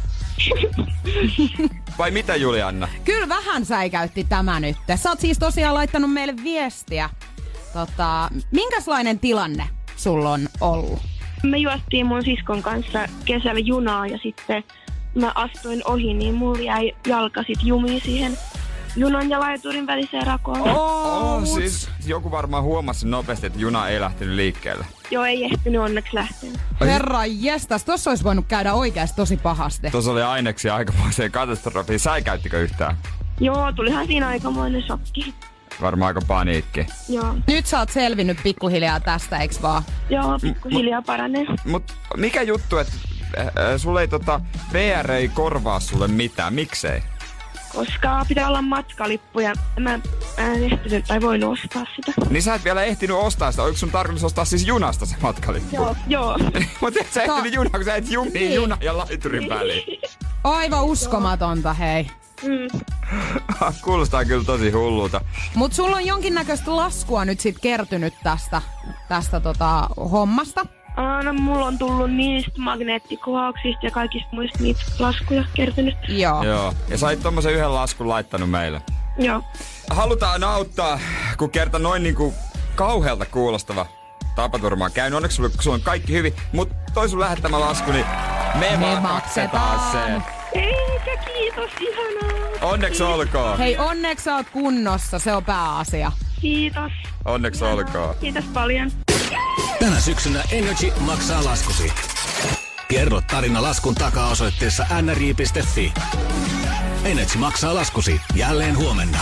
Vai mitä, Julianna? Kyllä vähän säikäytti tämä nyt. Sä oot siis tosiaan laittanut meille viestiä. Tota, minkälainen tilanne sulla on ollut? Me juostiin mun siskon kanssa kesällä junaa ja sitten mä astuin ohi, niin mulla jäi jalka sit jumiin siihen junan ja laiturin väliseen rakoon. Oh, oh, siis joku varmaan huomasi nopeasti, että juna ei lähtenyt liikkeelle. Joo, ei ehtinyt onneksi lähteä. Herran jestas, tossa olisi voinut käydä oikeasti tosi pahasti. Tuossa oli aineksia aikamoiseen katastrofiin. Säikäyttikö yhtään? Joo, tulihan siinä aikamoinen shokki. Varmaan aika paniikki. Joo. Nyt sä oot selvinnyt pikkuhiljaa tästä, eiks vaan? Joo, pikkuhiljaa paranee. Mut mikä juttu, että äh, sulle ei tota, V R ei korvaa sulle mitään, miksei? Koska pitää olla matkalippu ja mä en ehtinyt tai voinut ostaa sitä. Niin sä et vielä ehtinyt ostaa sitä. Oliko sun tarkoitus ostaa siis junasta se matkalippu? Joo, joo. Mut et sä ehtinyt junaa, kun sä et jumiin niin. Juna ja laiturin väliin. Aivan uskomatonta, hei. Mm. Kuulostaa kyllä tosi hullulta. Mut sulla on jonkinnäköistä laskua nyt sit kertynyt tästä, tästä tota hommasta. No, mulla on tullut niistä magneettikohauksista ja kaikista muista niitä laskuja kertynyt. Joo. Joo. Ja sä olit tommosen yhden laskun laittanut meille. Joo. Halutaan auttaa, kun kerta noin niinku kauhealta kuulostava tapaturma on käynyt. Onneksi sulla, sulla on kaikki hyvin, mut toi sun lähettämä lasku, niin me, me maksetaan se. Eikä, kiitos, ihanaa. Onneksi olkoon. Hei, onneksi sä oot kunnossa, se on pääasia. Kiitos. Onneksi ihanaa. olkoon. Kiitos paljon. Tänä syksynä Energy maksaa laskusi. Kerro tarina laskun takaa osoitteessa n r j piste f i. Energy maksaa laskusi jälleen huomenna.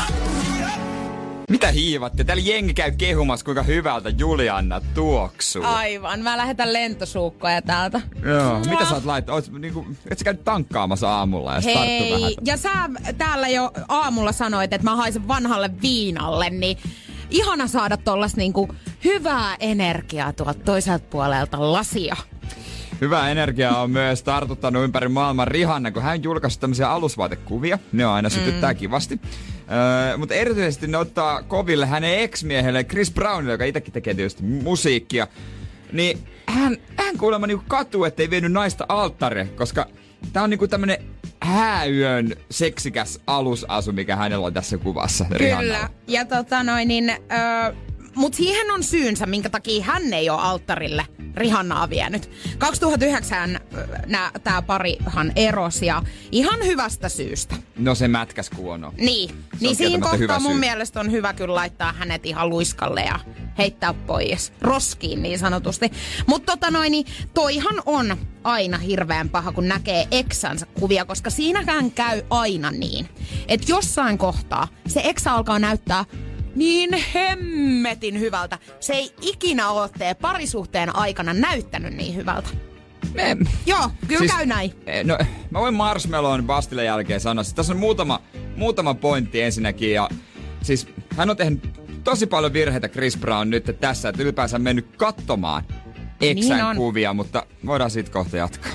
Mitä hiivatte? Täällä jengi käy kehumassa, kuinka hyvältä Julianna tuoksuu. Aivan, mä lähetän lentosuukkoja täältä. Joo, mitä sä oot laittanut? Niinku, et sä käynyt tankkaamassa aamulla ja starttu vähän? Ja sä täällä jo aamulla sanoit, että mä haisen vanhalle viinalle, niin ihana saada tollas niinku hyvää energiaa tuolta toiselta puolelta lasia. Hyvää energiaa on myös tartuttanut ympäri maailman Rihanna, kun hän on julkaissut tämmöisiä alusvaatekuvia. Ne on aina sytyttää mm. kivasti. Öö, mutta erityisesti ne ottaa koville hänen ex-miehelle Chris Brownille, joka itsekin tekee tietysti musiikkia. Niin hän, hän kuulemma niinku katuu, ettei vienyt naista alttarille, koska tää on niinku tämmönen hääyön seksikäs alusasu, mikä hänellä on tässä kuvassa. Kyllä. Rihannalla. Ja tota noin, niin... Öö, mut siihen on syynsä, minkä takia hän ei ole alttarille Rihannaa vienyt. kaksituhattayhdeksän nää, tää parihan erosi ja ihan hyvästä syystä. No se mätkäs kuono. Niin, niin siinä kohtaa mun mielestä on hyvä kyllä laittaa hänet ihan luiskalle ja heittää pois roskiin niin sanotusti. Mutta tota noin, niin toihan on aina hirveän paha, kun näkee eksänsä kuvia, koska siinäkään käy aina niin, että jossain kohtaa se eksä alkaa näyttää niin hemmetin hyvältä. Se ei ikinä ole tee parisuhteen aikana näyttänyt niin hyvältä. Me, Joo, kyllä siis, käy näin. No, mä voin Marshmallow'n Bastille jälkeen sanoa, että tässä on muutama, muutama pointti ensinnäkin. Ja, siis hän on tehnyt tosi paljon virheitä Chris Brown nyt tässä, että ylipäänsä on mennyt katsomaan eksän niin kuvia, mutta voidaan siitä kohta jatkaa.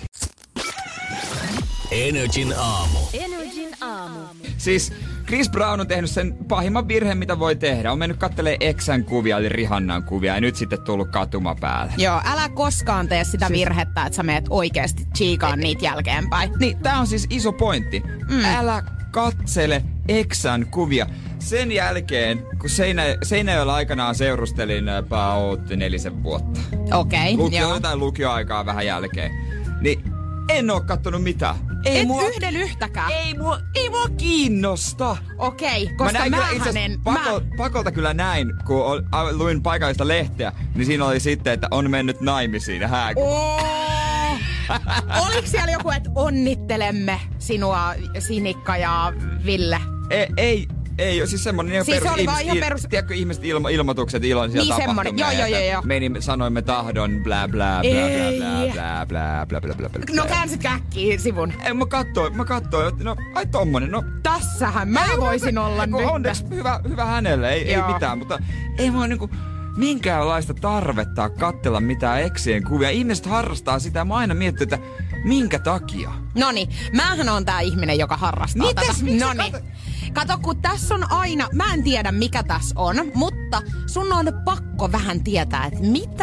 Energin aamu. Energin aamu. Siis Chris Brown on tehnyt sen pahimman virheen, mitä voi tehdä. On mennyt kattelee eksän kuvia, eli Rihannan kuvia, ja nyt sitten tullut katuma päälle. Joo, älä koskaan tee sitä siis virhettä, että sä meet oikeesti chiikaan niitä jälkeenpäin. Niin, tää on siis iso pointti. Mm. Älä katsele eksän kuvia. Sen jälkeen, kun Seinä, Seinäjoella aikanaan seurustelin about nelisen vuotta. Okei, okay, Lukio, joo. Jotain lukioaikaa vähän jälkeen. Niin en oo kattonut mitään. Ei Et mua, yhden yhtäkään? Ei mua, ei mua kiinnosta. Okei, okay, koska mä mä hänen... Mä... Pako, pakolta kyllä näin, kun ol, a, luin paikallista lehteä, niin siinä oli sitten, että on mennyt naimisiin hääkuvassa. Oh! Oliko siellä joku, että onnittelemme sinua, Sinikka ja Ville? Ei, ei. Ei, siis semmonen niin siis perus, oli vaan ihan perus... Tiedätkö ihmiset ilmo, ilmoitukset iloisia niin tapahtumia? Niin semmonen, joo joo joo. Menimme, sanoimme tahdon, blä blä blä blä blä blä blä blä blä. No käänsit äkkiä sivun. Ei, mä katsoin, mä katsoin, no ai tommonen, no. Tässähän mä ei, voisin mä, olla nyt. Onneksi hyvä, hyvä hänelle, ei, ei mitään, mutta ei mua niinku minkäänlaista tarvetta katsella mitään eksien kuvia. Ihmiset harrastaa sitä ja mä aina mietin, että minkä takia? Noniin, mähän on tää ihminen, joka harrastaa Mites, tätä. Mites? Noniin. Kato, kun tässä on aina, mä en tiedä mikä tässä on, mutta sun on pakko vähän tietää, että mitä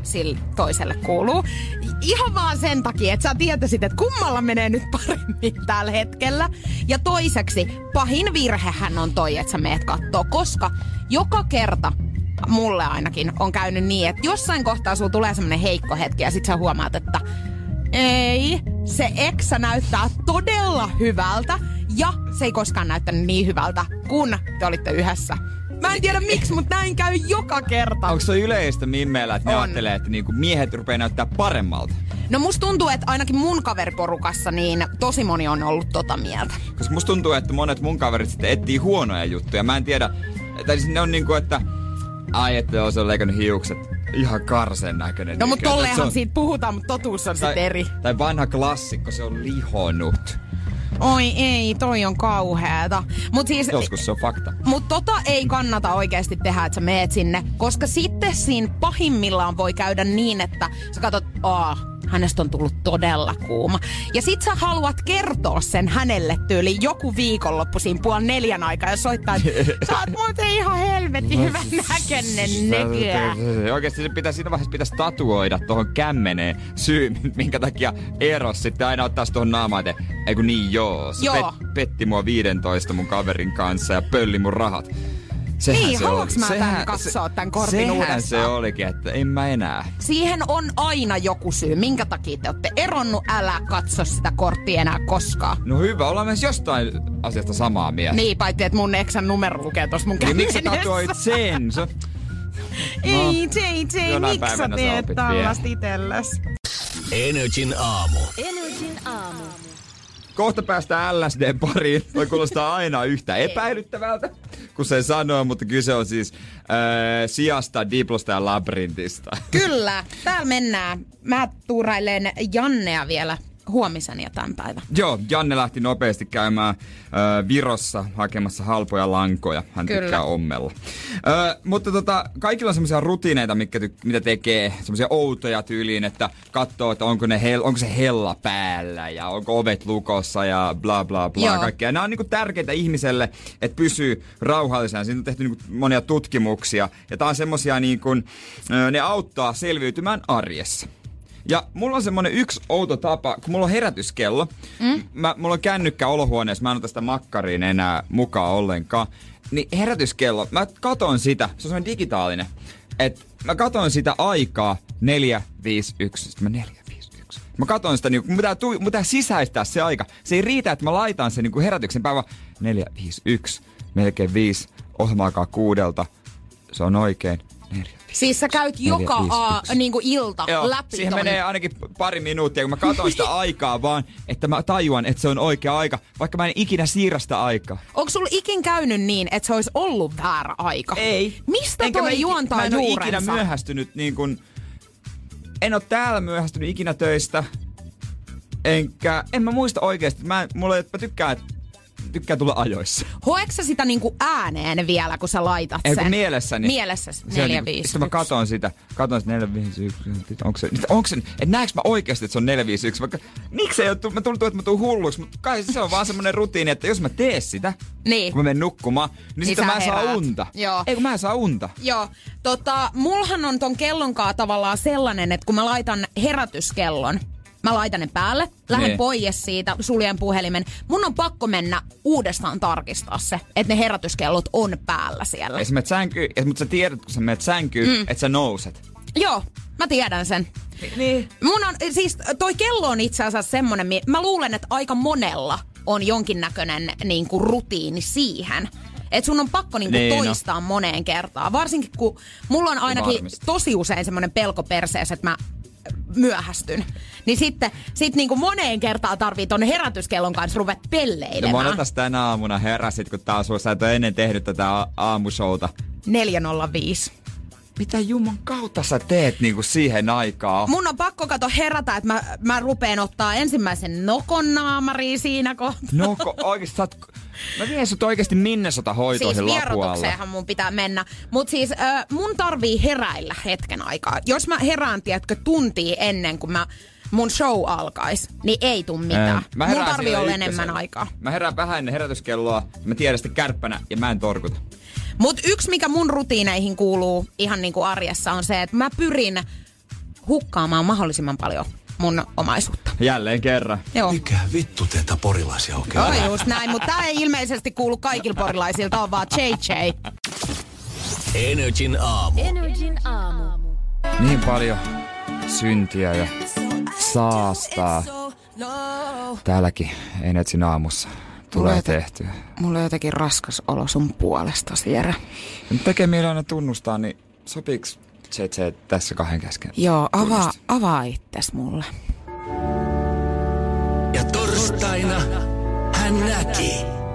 sille toiselle kuuluu. Ihan vaan sen takia, että sä tietäisit, että kummalla menee nyt paremmin tällä hetkellä. Ja toiseksi, pahin virhehän on toi, että sä meet kattoo, koska joka kerta, mulle ainakin, on käynyt niin, että jossain kohtaa sulla tulee semmonen heikko hetki ja sit sä huomaat, että ei, se eksä näyttää todella hyvältä ja se ei koskaan näyttänyt niin hyvältä, kun te olitte yhdessä. Mä en tiedä miksi, mutta näin käy joka kerta. Onko se yleistä mimmeillä, että ne On. ajattelee, että niinku miehet rupeaa näyttää paremmalta? No musta tuntuu, että ainakin mun kaveriporukassa niin tosi moni on ollut tota mieltä. Koska musta tuntuu, että monet mun kaverit sitten etsii huonoja juttuja. Mä en tiedä, tai siis ne on niinku, että ai, että se on leikannut hiukset. Ihan karsen näköinen. No mutta tolleenhan on... siitä puhutaan, mutta totuus on sitten eri. Tai vanha klassikko, se on lihonut. Oi ei, toi on kauheeta. Mut siis, Joskus se on fakta. Mut tota ei kannata oikeasti tehdä, että sä meet sinne. Koska sitten siinä pahimmillaan voi käydä niin, että sä katsot, aa, hänestä on tullut todella kuuma. Ja sit sä haluat kertoa sen hänelle tyyliin joku viikonloppu siinä puoli neljän aikaa ja soittaa, että sä oot muuten ihan helvetin hyvän näköinen nykyään. Oikeesti se pitäisi, siinä vaiheessa pitäisi tatuoida tohon kämmeneen syy, minkä takia Eros sitten aina ottais tohon naamaan, että eiku niin joo, se Joo. Pet, petti mua viidentoista mun kaverin kanssa ja pölli mun rahat. Sehän Niin, se haluanko oli. mä Sehän- tän katsoa tän kortin Sehän uudestaan? se olikin, että en mä enää. Siihen on aina joku syy, minkä takia te olette eronnut, älä katso sitä korttia enää koskaan. No hyvä, ollaan myös jostain asiasta samaa mieltä. Niin, paitsi että mun eksän numero lukee tossa mun Niin miksi sä kämmenessä. tatuoit sen? Se... Ei, J J, jonain miksi sä päivänä sä teet opit tällaista itelles? Energin aamu. Energin aamu. Kohta päästään L S D:n pariin. Voi kuulostaa aina yhtä epäilyttävältä, kun se sanoo, mutta kyse on siis äh, sijasta, diplosta ja labyrintistä. Kyllä, täällä mennään. Mä tuurailen Jannea vielä huomisen ja tämän päivän. Joo, Janne lähti nopeasti käymään äh, Virossa hakemassa halpoja lankoja. Hän Kyllä. tykkää ommella. Äh, mutta tota, kaikilla on semmoisia rutiineita, mitkä ty- mitä tekee. Semmoisia outoja tyyliin, että katsoo, että onko, ne hel- onko se hella päällä ja onko ovet lukossa ja bla bla bla. Joo. Kaikkea. Nämä on niinku tärkeitä ihmiselle, että pysyy rauhallisena. Siinä on tehty niinku monia tutkimuksia. Ja tää on semmosia niinku, äh, ne auttaa selviytymään arjessa. Ja mulla on semmonen yksi outo tapa, kun mulla on herätyskello. Mm? Mä, mulla on kännykkä olohuoneessa, mä en ota sitä makkariin enää mukaan ollenkaan. Niin herätyskello, mä katon sitä, se on semmonen digitaalinen. Et mä katon sitä aikaa neljä viisi yksi. Sitten mä neljä viisi yksi. Mä katon sitä, niin mun pitää, tu- mun pitää sisäistää se aika. Se ei riitä, että mä laitan sen niin herätyksen päivä neljä viisi yksi, melkein viisi, ohjelma alkaa kuudelta. Se on oikein. neljä Siis sä käyt joka viisi, a, yksi. niinku ilta Joo, läpi siihen ton. menee ainakin pari minuuttia, kun mä katson sitä aikaa vaan, että mä tajuan, että se on oikea aika, vaikka mä en ikinä siirrä sitä aikaa. Onko sulla ikin käynyt niin, että se olisi ollut väärä aika? Ei. Mistä Enkä toi mä iki- juontaa Mä en ole juurensa? ikinä myöhästynyt niin kuin, en ole täällä myöhästynyt ikinä töistä, enkä, en mä muista oikeesti, mä, mulla, mä tykkään, tykkään tulla ajoissa. Hoeksä sä sitä niinku ääneen vielä, kun sä laitat Ei sen? kun mielessäni. Mielessäsi, Se on neljä, niinku- viisi, Sitten mä yksi. katon sitä, katon sitä neljä viisi yksi, onko se, onko se, että näekö mä oikeasti, että se on neljä viisi yksi, vaikka miksei ole, mä tuntuu, että mä tuun hulluksi, mutta kai se on vaan semmonen rutiini, että jos mä teen sitä, Niin. kun mä menen nukkumaan, niin, Niin sitten sä mä en saa heräät. unta. Joo. Ei kun mä en saa unta. Joo, tota, mulhan on ton kellonkaan tavallaan sellainen, että kun mä laitan herätyskellon, mä laitan ne päälle, lähden Niin. pois siitä, suljen puhelimen. Mun on pakko mennä uudestaan tarkistaa se, että ne herätyskellot on päällä siellä. Ja sä menet sänkyyn, ja- mutta sä tiedät, kun sä menet sänkyyn, mm. että sä nouset. Joo, mä tiedän sen. Niin. Mun on, siis toi kello on itse asiassa semmonen, mi- mä luulen, että aika monella on jonkinnäköinen niinku rutiini siihen. Että sun on pakko niinku Niin, no. toistaa moneen kertaan. Varsinkin kun mulla on ainakin Varmasti. tosi usein semmonen pelko perseessä, että mä myöhästyn. Niin sitten sit niinku moneen kertaan tarvii ton herätyskellon kanssa ruveta Ja pelleilemään. monetas tänä aamuna heräsit, kun taas sä et ole ennen tehnyt tätä a- aamushowta. neljä nolla viisi. Mitä Juman kautta sä teet niinku siihen aikaan? Mun on pakko kato herätä, että mä, mä rupeen ottaa ensimmäisen nokon naamariin siinä kohtaa. No ko, oikeesti sä oot, mä vien sut oikeesti Minnesota-hoitoihin Siis lapualla. vierotukseenhan mun pitää mennä. Mut siis äh, mun tarvii heräillä hetken aikaa. Jos mä herään, tiedätkö, tuntia ennen kuin mä, mun show alkais, niin ei tuu mitään. Ei. Mä Mun herään tarvii siellä olla ykkösellä. enemmän aikaa. Mä herään vähän ennen herätyskelloa, mä tiedän sitä kärppänä ja mä en torkuta. Mut yksi, mikä mun rutiineihin kuuluu ihan niinku arjessa, on se, että mä pyrin hukkaamaan mahdollisimman paljon mun omaisuutta. Jälleen kerran. Joo. Mikä vittu teitä porilaisia oikein? Joo, just näin, mutta tää ei ilmeisesti kuulu kaikilla porilaisilta, on vaan J J. Energin aamu. Energin aamu. Niin paljon syntiä ja saastaa täälläkin Energin aamussa tulee tehtyä. Mulla on jotenkin raskas olo sun puolesta, Jere. Nyt tekee mieli aina tunnustaa, niin sopiiks J J tässä kahden kesken? Joo, avaa, avaa itses mulle. Ja torstaina hän näki,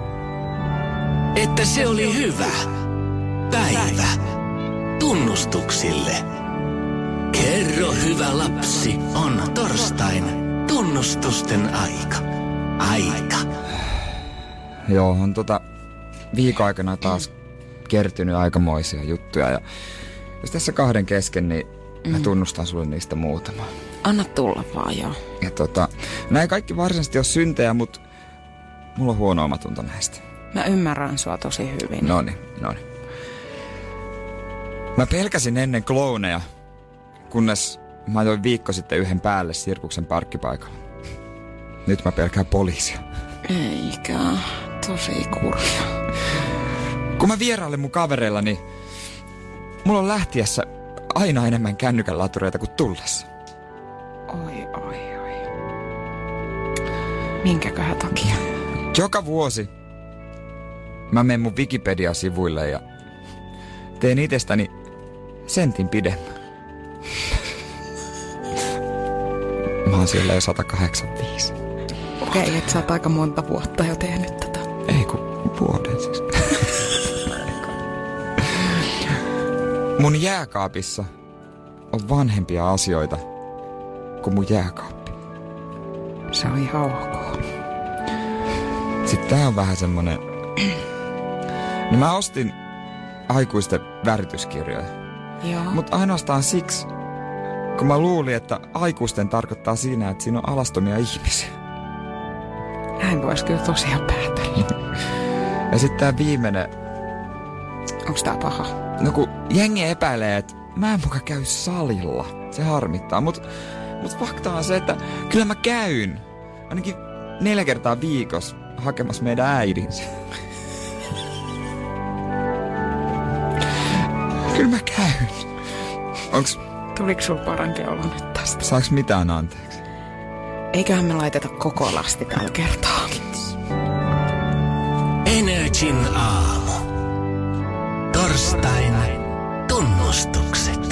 että se oli hyvä päivä tunnustuksille. Kerro hyvä lapsi, on torstain tunnustusten aika. Aika. Joo, on tota viikon aikana taas kertynyt aikamoisia juttuja ja jos tässä kahden kesken, niin mä tunnustan sulle niistä muutama. Anna tulla vaan, joo. Ja tota, näin kaikki varsinaisesti on syntejä, mutta mulla on huono omatunto näistä. Mä ymmärrän sua tosi hyvin. Noniin, noniin. Mä pelkäsin ennen klooneja, kunnes mä ajoin viikko sitten yhden päälle Sirkuksen parkkipaikalla. Nyt mä pelkään poliisia. Eikä, tosi kurja. Kun mä vierailen mun kavereilla, niin mulla on lähtiessä aina enemmän kännykän latureita kuin tullessa. Oi, oi, oi. Minkäköhän takia? Joka vuosi mä menen mun Wikipedia-sivuille ja teen itsestäni sentin pidemmän. Mä oon siellä jo sata kahdeksankymmentäviisi. Okei, okay, et sä oot aika monta vuotta jo tehnyt tätä. Ei kun vuoden siis. Mun jääkaapissa on vanhempia asioita kuin mun jääkaappi. Se on ihan ok. Sitten tää on vähän semmonen... No mä ostin aikuisten värityskirjoja. Joo. Mutta ainoastaan siksi, kun mä luulin, että aikuisten tarkoittaa siinä, että siinä on alastomia ihmisiä. Näin vois kyllä tosiaan päätellä. Ja sitten tää viimeinen... Onks tää paha? No kun jengi epäilee, että mä en muka käy salilla. Se harmittaa, mut, mut fakta on se, että kyllä mä käyn. Ainakin neljä kertaa viikossa hakemassa meidän äidinsä. Kyllä mä käyn. Onks... Tuliko sul parempi olo nyt tästä? Saaks mitään anteeksi? Eiköhän me laiteta koko lasti tällä kertaa. Energin aamu. Torstain tunnustukset.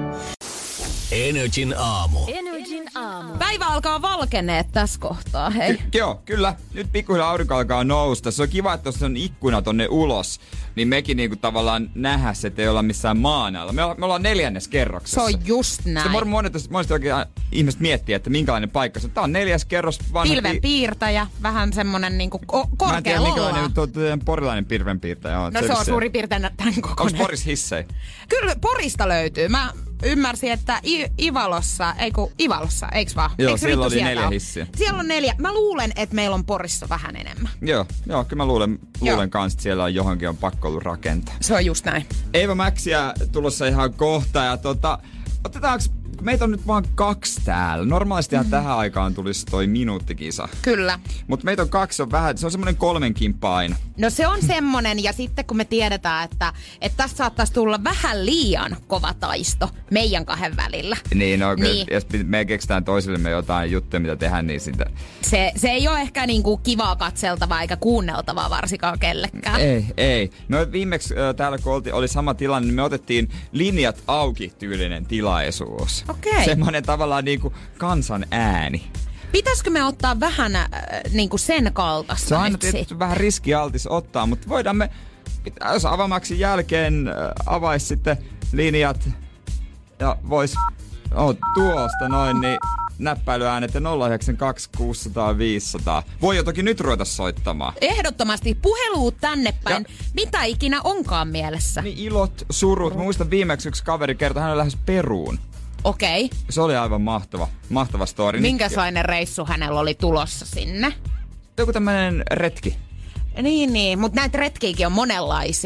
Energin aamu. Energin aamu. Päivä alkaa valkeneet tässä kohtaa, hei. Ky- joo, kyllä. Nyt pikkuhiljaa aurinko alkaa nousta. Se on kiva, että tuossa on ikkuna tonne ulos. Niin mekin niinku tavallaan nähdä, että ei olla missään maan alla. Me, olla, me ollaan neljännes kerroksessa. Se on just näin. Se monet, monesti oikein ihmiset miettii, että minkälainen paikka se on. Tää on neljäs kerros. Vanha Pilvenpiirtäjä, vähän semmonen niinku ko- korkea Mä en tiedä, lolla. minkälainen tuo porilainen pilvenpiirtäjä on. No se on suurin piirtein tämän kokoinen. Onks Poris hissei? Kyllä Porista löytyy. Mä ymmärsin, että I- Ivalossa, ei kun Ivalossa, eiks vaan? Joo, Eiks siellä vittu oli sieltä neljä ole? hissiä. Siellä on neljä. Mä luulen, että meillä on Porissa vähän enemmän. Joo, joo, kyllä mä luulen, Joo. luulen kanssa, että siellä on johonkin on pakko ollut rakentaa. Se on just näin. Eeva Maxia tulossa ihan kohta ja tota, otetaanko, meitä on nyt vaan kaksi täällä. Normaalistihan mm-hmm. tähän aikaan tulisi toi minuuttikisa. Kyllä. Mutta meitä on kaksi, on vähän, se on semmoinen kolmen kimppa aina. No se on semmonen, ja sitten kun me tiedetään, että, että tässä saattaisi tulla vähän liian kova taisto meidän kahden välillä. Niin, no, Niin. jos me keksitään toisillemme jotain juttuja, mitä tehdään, niin sitä... Se, se ei ole ehkä niinku kivaa katseltavaa eikä kuunneltavaa varsinkaan kellekään. Ei, ei. Me viimeksi äh, täällä kun olti, oli sama tilanne, niin me otettiin linjat auki tyylinen tilaisuus. Okei. Semmoinen tavallaan niinku kansan ääni. Pitäisikö me ottaa vähän äh, niinku sen kaltaista Se on aina nyt sit? tietysti vähän riskialtis ottaa, mutta voidaan me, jos Avamaksin jälkeen äh, avaisi sitten linjat ja vois oh, tuosta noin, niin näppäilyäänet ja nolla yhdeksän kaksi kuusisataa viisisataa. Voi jo toki nyt ruveta soittamaan. Ehdottomasti puheluut tänne päin, Ja- mitä ikinä onkaan mielessä. Niin ilot, surut. Mä muistan viimeksi yksi kaveri kertoi, hän oli lähes Peruun. Okei. Okay. Se oli aivan mahtava, mahtava story. Minkälainen reissu hänellä oli tulossa sinne? Joku tämmönen retki. Niin, niin, mutta näitä retkiäkin on monenlaisia.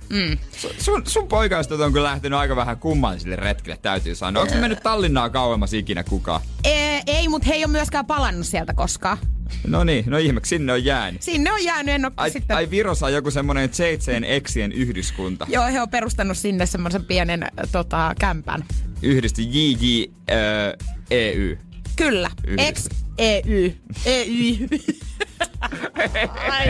Mm. Sun, sun poikaistot on kyllä lähtenyt aika vähän kummallisille retkille, täytyy sanoa. Onko ne mennyt Tallinnaa kauemmas ikinä kukaan? Ee, ei, mutta he ei ole myöskään palannut sieltä koskaan. No niin, no ihmeksi, sinne on jäänyt. Sinne on jäänyt, en ole ai, sitten... Ai Virossa on joku semmonen J J:n eksien yhdyskunta. Joo, he on perustanut sinne semmoisen pienen äh, tota, kämpän. Yhdisty J J äh, E Y. Kyllä, X E Y. E Y. Ai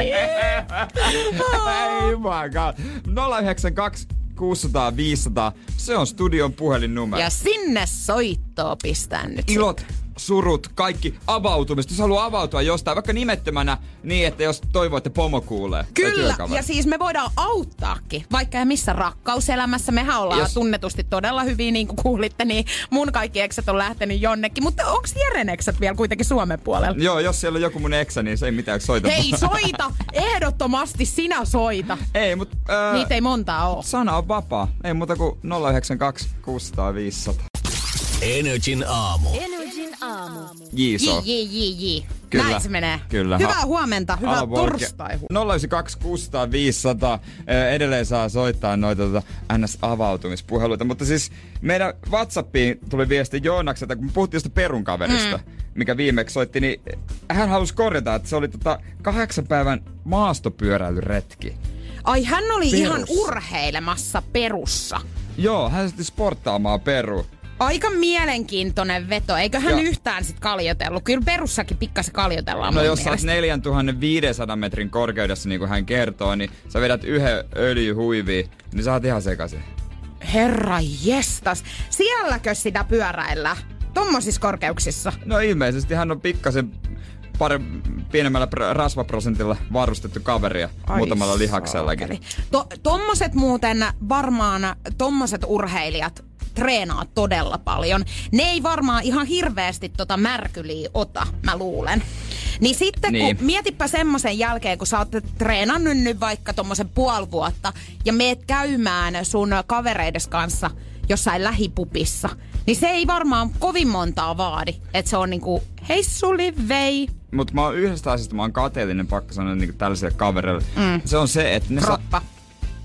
ei jumakaan. nolla yhdeksän kaksi kuusi nolla nolla viisi nolla nolla, se on studion puhelinnumero. Ja sinne soittoa pistän nyt. Ilot, surut, kaikki avautumista. Jos haluaa avautua jostain, vaikka nimettömänä, niin että jos toivoo, että pomo kuulee. Kyllä, ja siis me voidaan auttaakin, vaikka ja missä rakkauselämässä. Mehän ollaan jos... tunnetusti todella hyviä, niin kuin kuulitte, niin mun kaikki eksät on lähtenyt jonnekin. Mutta onks Jeren eksät vielä kuitenkin Suomen puolella? Joo, jos siellä on joku mun eksä, niin se ei mitään soita. Hei, soita! Ehdottomasti sinä soita. Ei, mut... Äh, Niitä ei montaa oo. Sana on vapaa. Ei muuta kuin nolla yhdeksän kaksi kuusi nolla nolla viisi nolla nolla. Energin aamu. Energin aamu. Jiiso. J, J, J, J. Kyllä. Näin se menee. Kyllä. Hyvää Ha- huomenta, hyvää torstai. nolla yhdeksän kaksi kuusi nolla nolla viisi nolla nolla. Edelleen saa soittaa noita tota, N S-avautumispuheluita. Mutta siis meidän WhatsAppiin tuli viesti Joonakselta, kun me puhuttiin jostain Perun kaverista, mm. mikä viimeksi soitti, niin hän halusi korjata, että se oli tota kahdeksan päivän maastopyöräilyretki. Ai, hän oli Perussa. ihan urheilemassa Perussa. Joo, hän sitten sporttaamaan Peru. Aika mielenkiintoinen veto. Eikö hän Joo. yhtään sit kaljotellut? Kyllä Perussakin pikkasen kaljotellaan No mun jos sä oot mielestä. neljätuhattaviisisataa metrin korkeudessa, niin kuin hän kertoo, niin sä vedät yhden öljyhuiviin, niin sä oot ihan sekaisin. Herra jestas. Sielläkö sitä pyöräillä? Tommosissa korkeuksissa? No ilmeisesti hän on pikkasen pari, pienemmällä pr- rasvaprosentilla varustettu kaveria Ai muutamalla lihaksellakin. To, tommoset muuten varmaan, tommoset urheilijat treenaa todella paljon. Ne ei varmaan ihan hirveästi tota märkyliä ota, mä luulen. Niin sitten niin. kun mietipä semmoisen jälkeen, kun sä oot treenannut nyt vaikka tommosen puoli vuotta ja meet käymään sun kavereides kanssa jossain lähipupissa, niin se ei varmaan kovin montaa vaadi, että se on niinku hei suli vei. Mutta mä oon yhdestä asiasta, mä oon kateellinen, pakko sanoa niinku tällaisille kavereille. Mm. Se on se, että ne Kroppa. Sa-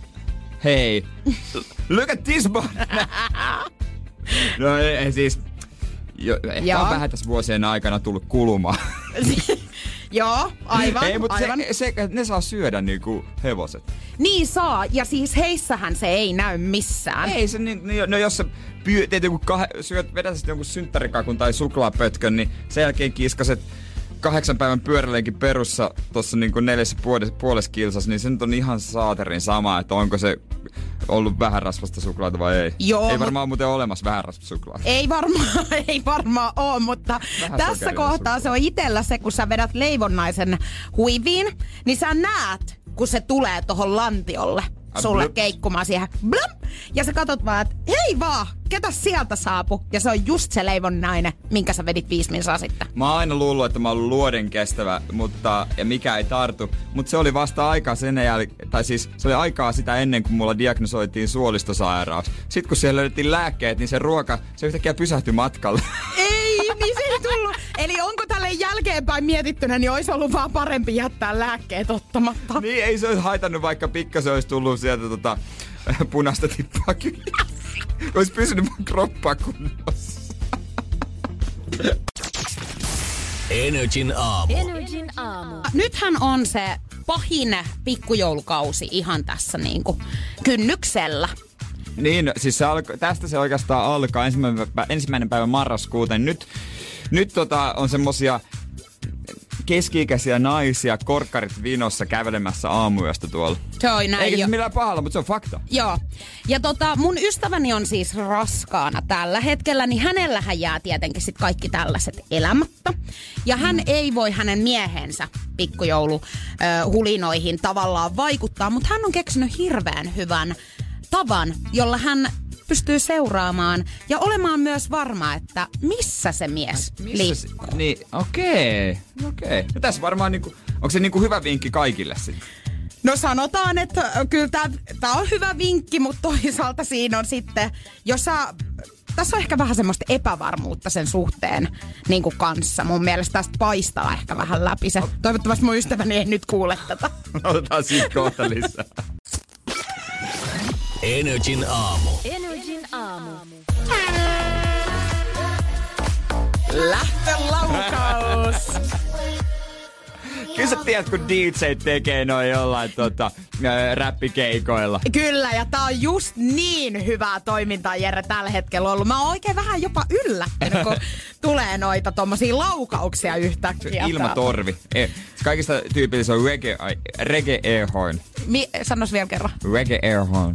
Hei, look at this body. No ei, ei siis, jo, ehkä Joo. on vähän tässä vuosien aikana tullut kulumaan. Joo, aivan, Ei, mutta aivan. se, se, ne saa syödä niinku hevoset. Niin saa, ja siis heissähän se ei näy missään. Ei se, niin, no jos sä pyy, teet joku kah, syöt, vedät sitten jonkun synttärikakun tai suklaapötkön, niin sen jälkeen kiskaset kahdeksan päivän pyörälenkin Perussa tuossa niinku neljässä puolessa kilsassa, niin se nyt on ihan saaterin sama, että onko se ollut vähän rasvasta suklaata vai ei. Joo, ei varmaan muuten ole olemassa vähän rasvasta suklaata. Ei varmaan, ei varmaan ole, mutta Vähän tässä kohtaa sokerilla se on itellä se, kun sä vedät leivonnaisen huiviin, niin sä näet, kun se tulee tohon lantiolle sulle blup. keikkumaan siihen. Blup! Ja sä katot vaan, että hei vaan, ketä sieltä saapu? Ja se on just se leivonnainen, minkä sä vedit viisi minsaa sitten. Mä oon aina luullut, että mä oon ollut luoden kestävä, mutta, ja mikä ei tartu. Mutta se oli vasta aikaa sen jälkeen, tai siis se oli aikaa sitä ennen, kuin mulla diagnosoitiin suolistosairaus. Sitten kun siellä löydettiin lääkkeet, niin se ruoka, se yhtäkkiä pysähtyi matkalle. Ei, niin se ei tullut. Eli onko tälle jälkeenpäin mietittynä, niin olisi ollut vaan parempi jättää lääkkeet ottamatta. Niin ei se olisi haitannut, vaikka pikkasen olisi tullut sieltä tota, punaista tippaa kyllä. Olisi pysynyt mun kroppaa kunnossa. Energin aamu. Energin aamu. Nythän on se pahin pikkujoulukausi ihan tässä niinku kynnyksellä. Niin, siis se alko, tästä se oikeastaan alkaa ensimmäinen, pä, ensimmäinen päivä marraskuuta. Nyt, nyt tota, on semmosia keski-ikäisiä naisia korkkarit vinossa kävelemässä aamuyöstä tuolla. Se on näin Eikä jo. se millään pahalla, mutta se on fakta. Joo. Ja tota, mun ystäväni on siis raskaana tällä hetkellä, niin hänellähän jää tietenkin sit kaikki tällaiset elämättä. Ja hän mm. ei voi hänen miehensä pikkujouluhulinoihin tavallaan vaikuttaa, mutta hän on keksinyt hirveän hyvän tavan, jolla hän pystyy seuraamaan ja olemaan myös varma, että missä se mies Missä liikkuu. se, niin, okei, okei. No tässä varmaan niinku, onko se niinku hyvä vinkki kaikille sitten? No sanotaan, että kyllä tämä on hyvä vinkki, mutta toisaalta siinä on sitten, jos sä, tässä on ehkä vähän semmoista epävarmuutta sen suhteen niin kuin kanssa. Mun mielestä tästä paistaa ehkä vähän läpi se. Toivottavasti mun ystäväni ei nyt kuule tätä. Otetaan siitä kohta lisää. Energin aamu. Energin aamu. Lähtölaukaus! Kyllä sä tiedät, kun D J tekee noin jollain tota, ää, räppikeikoilla. Kyllä, ja tää on just niin hyvää toimintaa, Jere, tällä hetkellä ollut. Mä oon oikein vähän jopa yllättynyt, kun tulee noita tommosia laukauksia yhtäkkiä. Ilmatorvi. E, kaikista tyypillistä on reggae, reggae airhorn. Mi- Sanois vielä kerran. Reggae airhorn.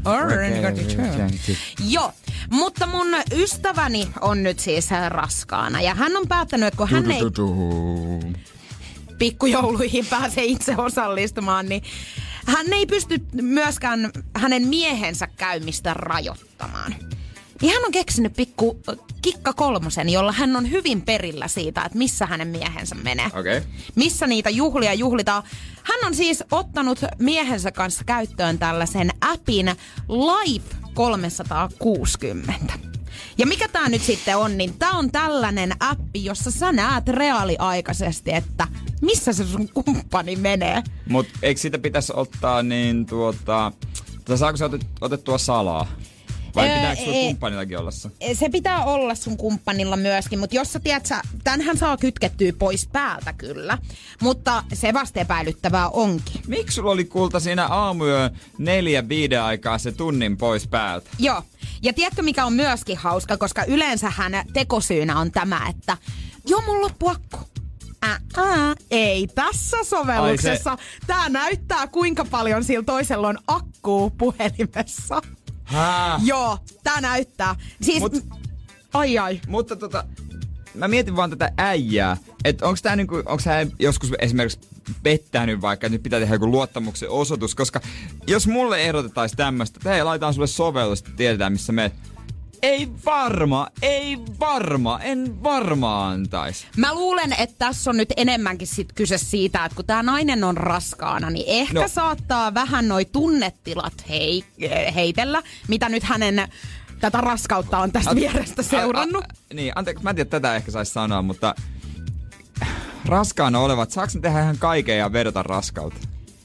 Joo, mutta mun ystäväni on nyt siis raskaana, ja hän on päättänyt, että kun hän ei pikkujouluihin pääse itse osallistumaan, niin hän ei pysty myöskään hänen miehensä käymistä rajoittamaan. Niin hän on keksinyt pikku kikka kolmosen, jolla hän on hyvin perillä siitä, että missä hänen miehensä menee. Okay. Missä niitä juhlia juhlitaan. Hän on siis ottanut miehensä kanssa käyttöön tällaisen appin Life kolmesataakuusikymmentä. Ja mikä tää nyt sitten on, niin tää on tällainen appi, jossa sä näet reaaliaikaisesti, että missä se sun kumppani menee. Mut eikö siitä pitäisi ottaa niin tuota, tai saako se otet, otettua salaa? Vai Öö, pitääkö sun e- kumppanillakin olla se? Se pitää olla sun kumppanilla myöskin, mutta jos sä tiedät, sä, tämänhän saa kytkettyä pois päältä kyllä. Mutta se vasta epäilyttävää onkin. Miksi sulla oli kulta siinä aamuyön neljä viiden aikaa se tunnin pois päältä? Joo. Ja tiedätkö mikä on myöskin hauska, koska yleensähän tekosyynä on tämä, että joo mun loppu akku. Ää, ää, ei tässä sovelluksessa. Ai se... Tää näyttää kuinka paljon sillä toisella on akkuu puhelimessa. Hää? Joo, tää näyttää. Siis, Mut, ai ai. Mutta tota, mä mietin vaan tätä äijää, että onks tää niinku, onks hän joskus esimerkiksi pettänyt vaikka, että nyt pitää tehdä joku luottamuksen osoitus, koska jos mulle ehdotetais tämmöstä, että hei, laitetaan sulle sovellus, että tiedetään missä menet. Ei varma, ei varma, en varma antais. Mä luulen, että tässä on nyt enemmänkin sit kyse siitä, että kun tää nainen on raskaana, niin ehkä no. saattaa vähän noi tunnetilat hei, heitellä, mitä nyt hänen tätä raskautta on tästä a, vierestä seurannut. A, a, niin, anteeksi, mä en tiedä, tätä ehkä saisi sanoa, mutta raskaana olevat, saako ne tehdä ihan kaiken ja vedota raskautta?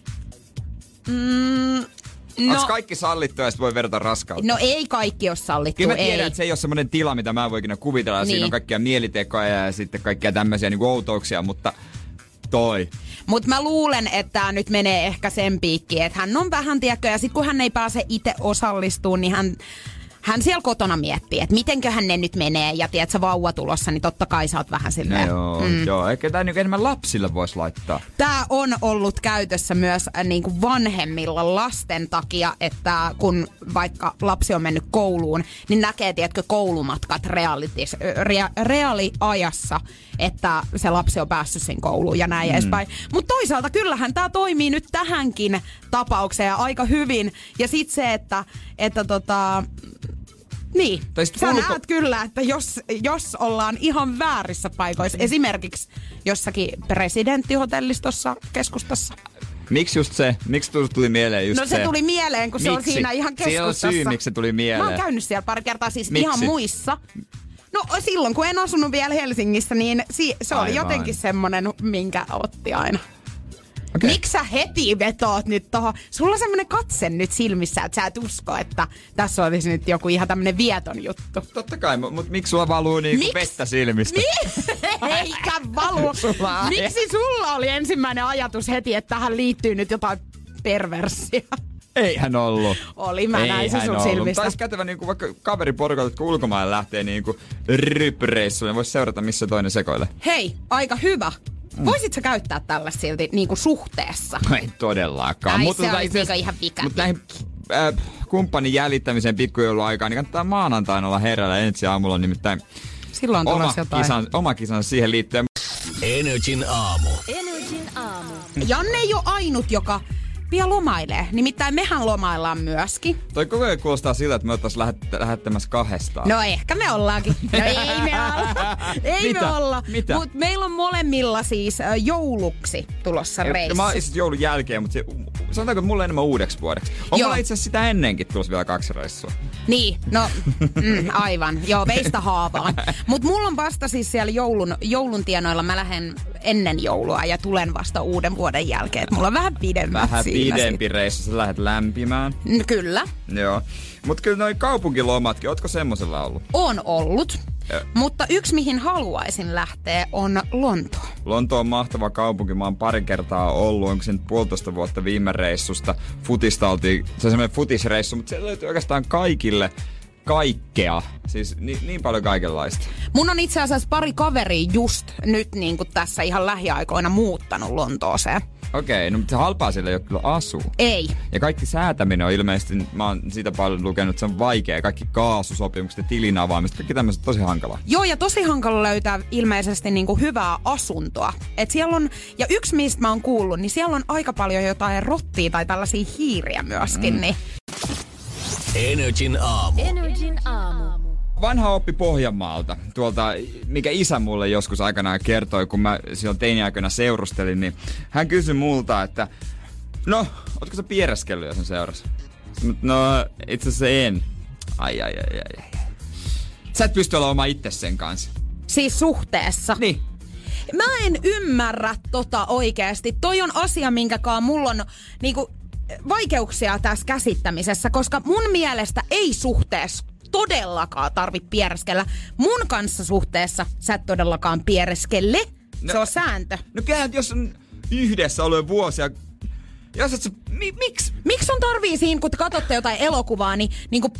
Mm, No, onko no, kaikki sallittu ja sit voi verrata raskautta? No ei kaikki ole sallittu, Kyllä mä ei. tiedän, että se ei ole semmoinen tila, mitä mä voin ikinä kuvitella. Niin. Siinä on kaikkia mielitekoja ja sitten kaikkia tämmöisiä niin outouksia, mutta toi. Mutta mä luulen, että tää nyt menee ehkä sen piikkiin, että hän on vähän, tiedätkö, ja sit kun hän ei pääse itse osallistumaan, niin hän... Hän siellä kotona miettii, että mitenköhän ne nyt menee, ja tiedät sä vauva tulossa, niin totta kai sä oot vähän silleen. No joo, mm. joo. Eikä tää niinku enemmän lapsille voisi laittaa. Tää on ollut käytössä myös äh, niinku vanhemmilla lasten takia, että kun vaikka lapsi on mennyt kouluun, niin näkee, tiedätkö, koulumatkat realitis, rea, reaaliajassa, että se lapsi on päässyt sinne kouluun ja näin mm. edespäin. Mutta toisaalta kyllähän tää toimii nyt tähänkin tapaukseen aika hyvin. Ja sit se, että, että tota... Niin, sä ulko... näet kyllä, että jos, jos ollaan ihan väärissä paikoissa, esimerkiksi jossakin presidenttihotellistossa keskustassa. Miksi just se? Miksi tuli mieleen just se? No se, se tuli mieleen, kun miksi? Se on siinä ihan keskustassa. Siellä on syy, miksi se tuli mieleen. Mä oon käynyt siellä pari kertaa, siis miksi? Ihan muissa. No silloin, kun en asunut vielä Helsingissä, niin si- se oli Aivan. jotenkin semmonen, minkä otti aina. Okay. Miksi sä heti vetoot nyt tohon? Sulla on semmonen katse nyt silmissä, että sä et usko, että tässä olisi nyt joku ihan tämmönen vieton juttu. Totta kai, mutta miksi sulla valuu niinku Miks? vettä silmistä? Eikä valu. sulla Miksi sulla oli ensimmäinen ajatus heti, että tähän liittyy nyt jotain perversia? Eihän ollut. Oli, mä näin se sun ollut. Silmistä. Taisi kätevä niinku vaikka kaveriporukalta, kun ulkomaille lähtee niinku ryppyreissuun, niin vois seurata, missä toinen sekoilee. Hei, aika hyvä. Mm. Voisit sä käyttää tällaista silti niinku suhteessa? Ei todellakaan. Ai mutta se olisi niinku ihan vika. Mutta näihin äh, kumppanin jäljittämiseen pikkujouluaikaan, niin kannattaa maanantaina olla herällä ensi aamulla, nimittäin silloin oma, jotain. Kisan, oma kisansa siihen liittyen. Energin aamu. Energin aamu. Janne ei ole ainut, joka vielä lomailee. Nimittäin mehän lomaillaan myöskin. Toi koko ajan kuulostaa siltä, että me oltais lähet- lähettämässä kahdestaan. No ehkä me ollaankin. No ei me olla. Ei Mitä? me olla. Mitä? Mut meillä on molemmilla siis jouluksi tulossa reissu. Ja mä oon joulun jälkeen, mutta se sanotaanko mulle enemmän uudeksi vuodeksi. On Joo. mulla itse asiassa sitä ennenkin tulossa vielä kaksi reissua. Niin, no mm, aivan. Joo, veistä haavaan. Mut mulla on vasta siis siellä joulun, joulun tienoilla. Mä lähden ennen joulua ja tulen vasta uuden vuoden jälkeen. Et mulla on vähän pidemmät Vähän siinä pidempi sit. reissu, sä lähdet lämpimään. N- Kyllä. Joo. Mut kyllä noi kaupunkilomatkin, ootko semmosella ollut? On ollut. Joo. Mutta yksi, mihin haluaisin lähteä, on Lontoo. Lonto on mahtava kaupunki, mä oon pari kertaa ollut, onko se nyt puolitoista vuotta viime reissusta. Futista oltiin, se on semmoinen futisreissu, mutta siellä löytyy oikeastaan kaikille kaikkea. Siis niin, niin paljon kaikenlaista. Mun on itse asiassa pari kaveria just nyt niin kuin tässä ihan lähiaikoina muuttanut Lontooseen. Okei, okay, no mutta halpaa siellä ei ole kyllä asuu. Ei. Ja kaikki säätäminen on ilmeisesti, mä oon siitä paljon lukenut, että se on vaikea. Kaikki kaasusopimukset ja tilin avaamista, kaikki tämmöiset tosi hankalaa. Joo, ja tosi hankala löytää ilmeisesti niinku hyvää asuntoa. Et siellä on, ja yksi mistä mä oon kuullut, niin siellä on aika paljon jotain rottia tai tällaisia hiiriä myöskin. Mm. Niin. Energin aamu. Energin aamu. Vanha oppi Pohjanmaalta, tuolta, mikä isä mulle joskus aikanaan kertoi, kun mä silloin teiniaikoina seurustelin, niin hän kysyi multa, että no, ootko sä piereskellyt jo sen seurassa? No, itse asiassa en. Ai, ai, ai, ai, ai. Sä et pysty olemaan itse sen kanssa. Siis suhteessa. Niin. Mä en ymmärrä tota oikeesti. Toi on asia, minkäkaan mulla on niinku vaikeuksia tässä käsittämisessä, koska mun mielestä ei suhteessa todellakaan tarvi piereskellä. Mun kanssa suhteessa sä et todellakaan piereskelle. No, se on sääntö. No kyllähän, jos on yhdessä ollut vuosia, jos et sä, mi, miksi? Miksi on tarvii siinä, kun te katsotte jotain elokuvaa, niin niinku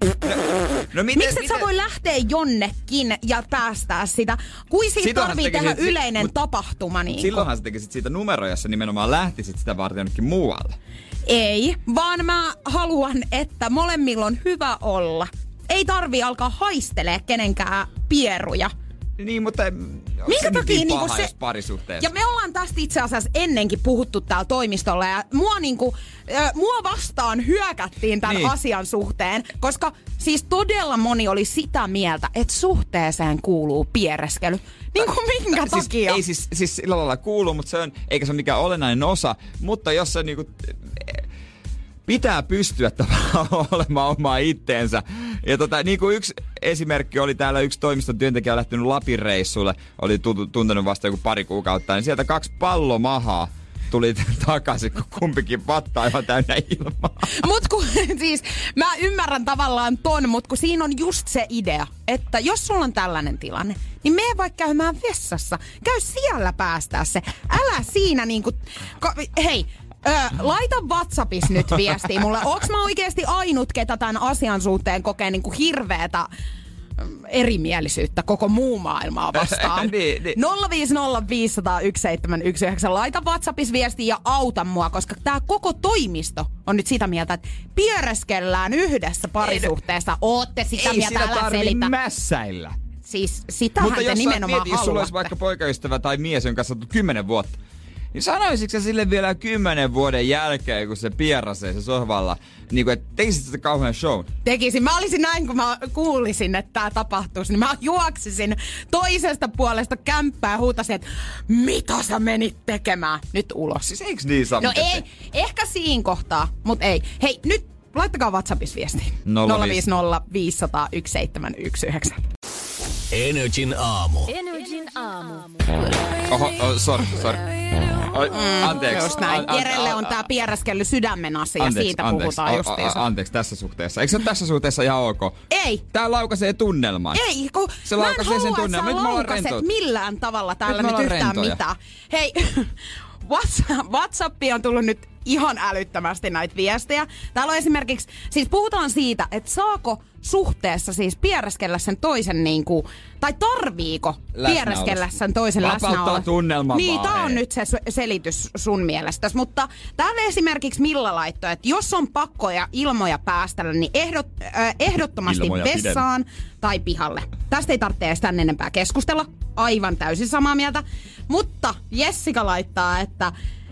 No miten, miksi et miten? sä voi lähteä jonnekin ja päästää sitä? Kui siitä Silloinhan tarvii sä tehdä tekisit- yleinen mut tapahtuma. Niin Silloinhan sä tekisit siitä numeroja, jossa nimenomaan lähtisit sitä varten jonnekin muualle. Ei, vaan mä haluan, että molemmilla on hyvä olla. Ei tarvii alkaa haistelee kenenkään pieruja. Niin, mutta Minkä takia niin niinku paha, se... parisuhteessa? Ja me ollaan tästä itse asiassa ennenkin puhuttu täällä toimistolla ja mua niinku, äh, mua vastaan hyökättiin tämän niin. asian suhteen, koska siis todella moni oli sitä mieltä, että suhteeseen kuuluu piereskely. Niinku minkä siis, takia? Ei siis, siis sillä lailla kuulu, mutta se on, eikä se ole mikään olennainen osa, mutta jos se niinku... Pitää pystyä olemaan omaa itteensä. Ja tota, niin kuin yksi esimerkki oli täällä, yksi toimiston työntekijä on lähtenyt Lapin reissulle, oli tuntenut vasta joku pari kuukautta, niin sieltä kaksi pallomahaa tuli takaisin, kun kumpikin patta aivan täynnä ilmaa. Mut kun, siis mä ymmärrän tavallaan ton, mut kun siinä on just se idea, että jos sulla on tällainen tilanne, niin mene vaikka käymään vessassa. Käy siellä päästää se. Älä siinä niinku... Ko, hei, Öö, laita WhatsAppissa nyt viestiä mulle. Onks mä oikeesti ainut, ketä tämän asian suhteen kokee niinku hirveetä erimielisyyttä koko muu maailmaa vastaan? niin, niin. nolla viisi nolla viisi nolla nolla yksi seitsemän yksi yhdeksän. Laita WhatsAppissa viestiä ja auta mua, koska tää koko toimisto on nyt sitä mieltä, että piereskellään yhdessä parisuhteessa. Ootte sitä ei mieltä, sitä älä tarvii selitä. mässäillä. Siis sitähän Mutta te jos nimenomaan mieti, jos sulla olisi haluatte. vaikka poikaystävä tai mies, jonka kanssa on kymmenen vuotta, niin sanoisitko sä sille vielä kymmenen vuoden jälkeen, kun se pierasee se sohvalla, niin kuin, että tekisit sitä kauhean shown? Tekisin. Mä olisin näin, kun mä kuulisin, että tää tapahtuisi, niin mä juoksisin toisesta puolesta kämppää ja huutasin, että mitä sä menit tekemään? Nyt ulos. Siis eiks niin Sami? No ei, ehkä siinä kohtaa, mut ei. Hei, nyt laittakaa WhatsAppissa viestiä. nolla viisi nolla viisi nolla nolla yksi seitsemän yksi yhdeksän. Energin aamu. Energin aamu. Oho, oh, sorry, sorry. Oi, anteeksi. Just näin. An- an- Jerelle on tää pieräskelly sydämen asia, anteeksi, siitä anteeksi. puhutaan A- justiinsa. a- Anteeksi tässä suhteessa. Eikö se ole tässä suhteessa ihan ok? Ei. Tää laukaisee tunnelman. Ei, kun Se mä en laukaisee halua, sen että tunnelman. sä Nyt me ollaan laukaiset rentoja. millään tavalla täällä Nyt nyt, me nyt ollaan yhtään rentoja. mitään. Hei, WhatsApp, WhatsAppiin on tullut nyt ihan älyttömästi näitä viestejä. Täällä on esimerkiksi, siis puhutaan siitä, että saako suhteessa siis piereskellä sen toisen niinku, tai tarviiko piereskellä sen toisen Vapauttaa läsnäolo. tunnelman Niin, vaan, tää on hei. nyt se selitys sun mielestäsi. Mutta täällä esimerkiksi Milla laittoi, että jos on pakkoja ilmoja päästellä, niin ehdot, äh, ehdottomasti Ilmoja vessaan tai pihalle. Tästä ei tarvitse edes tän enempää keskustella. Aivan täysin samaa mieltä. Mutta Jessica laittaa, että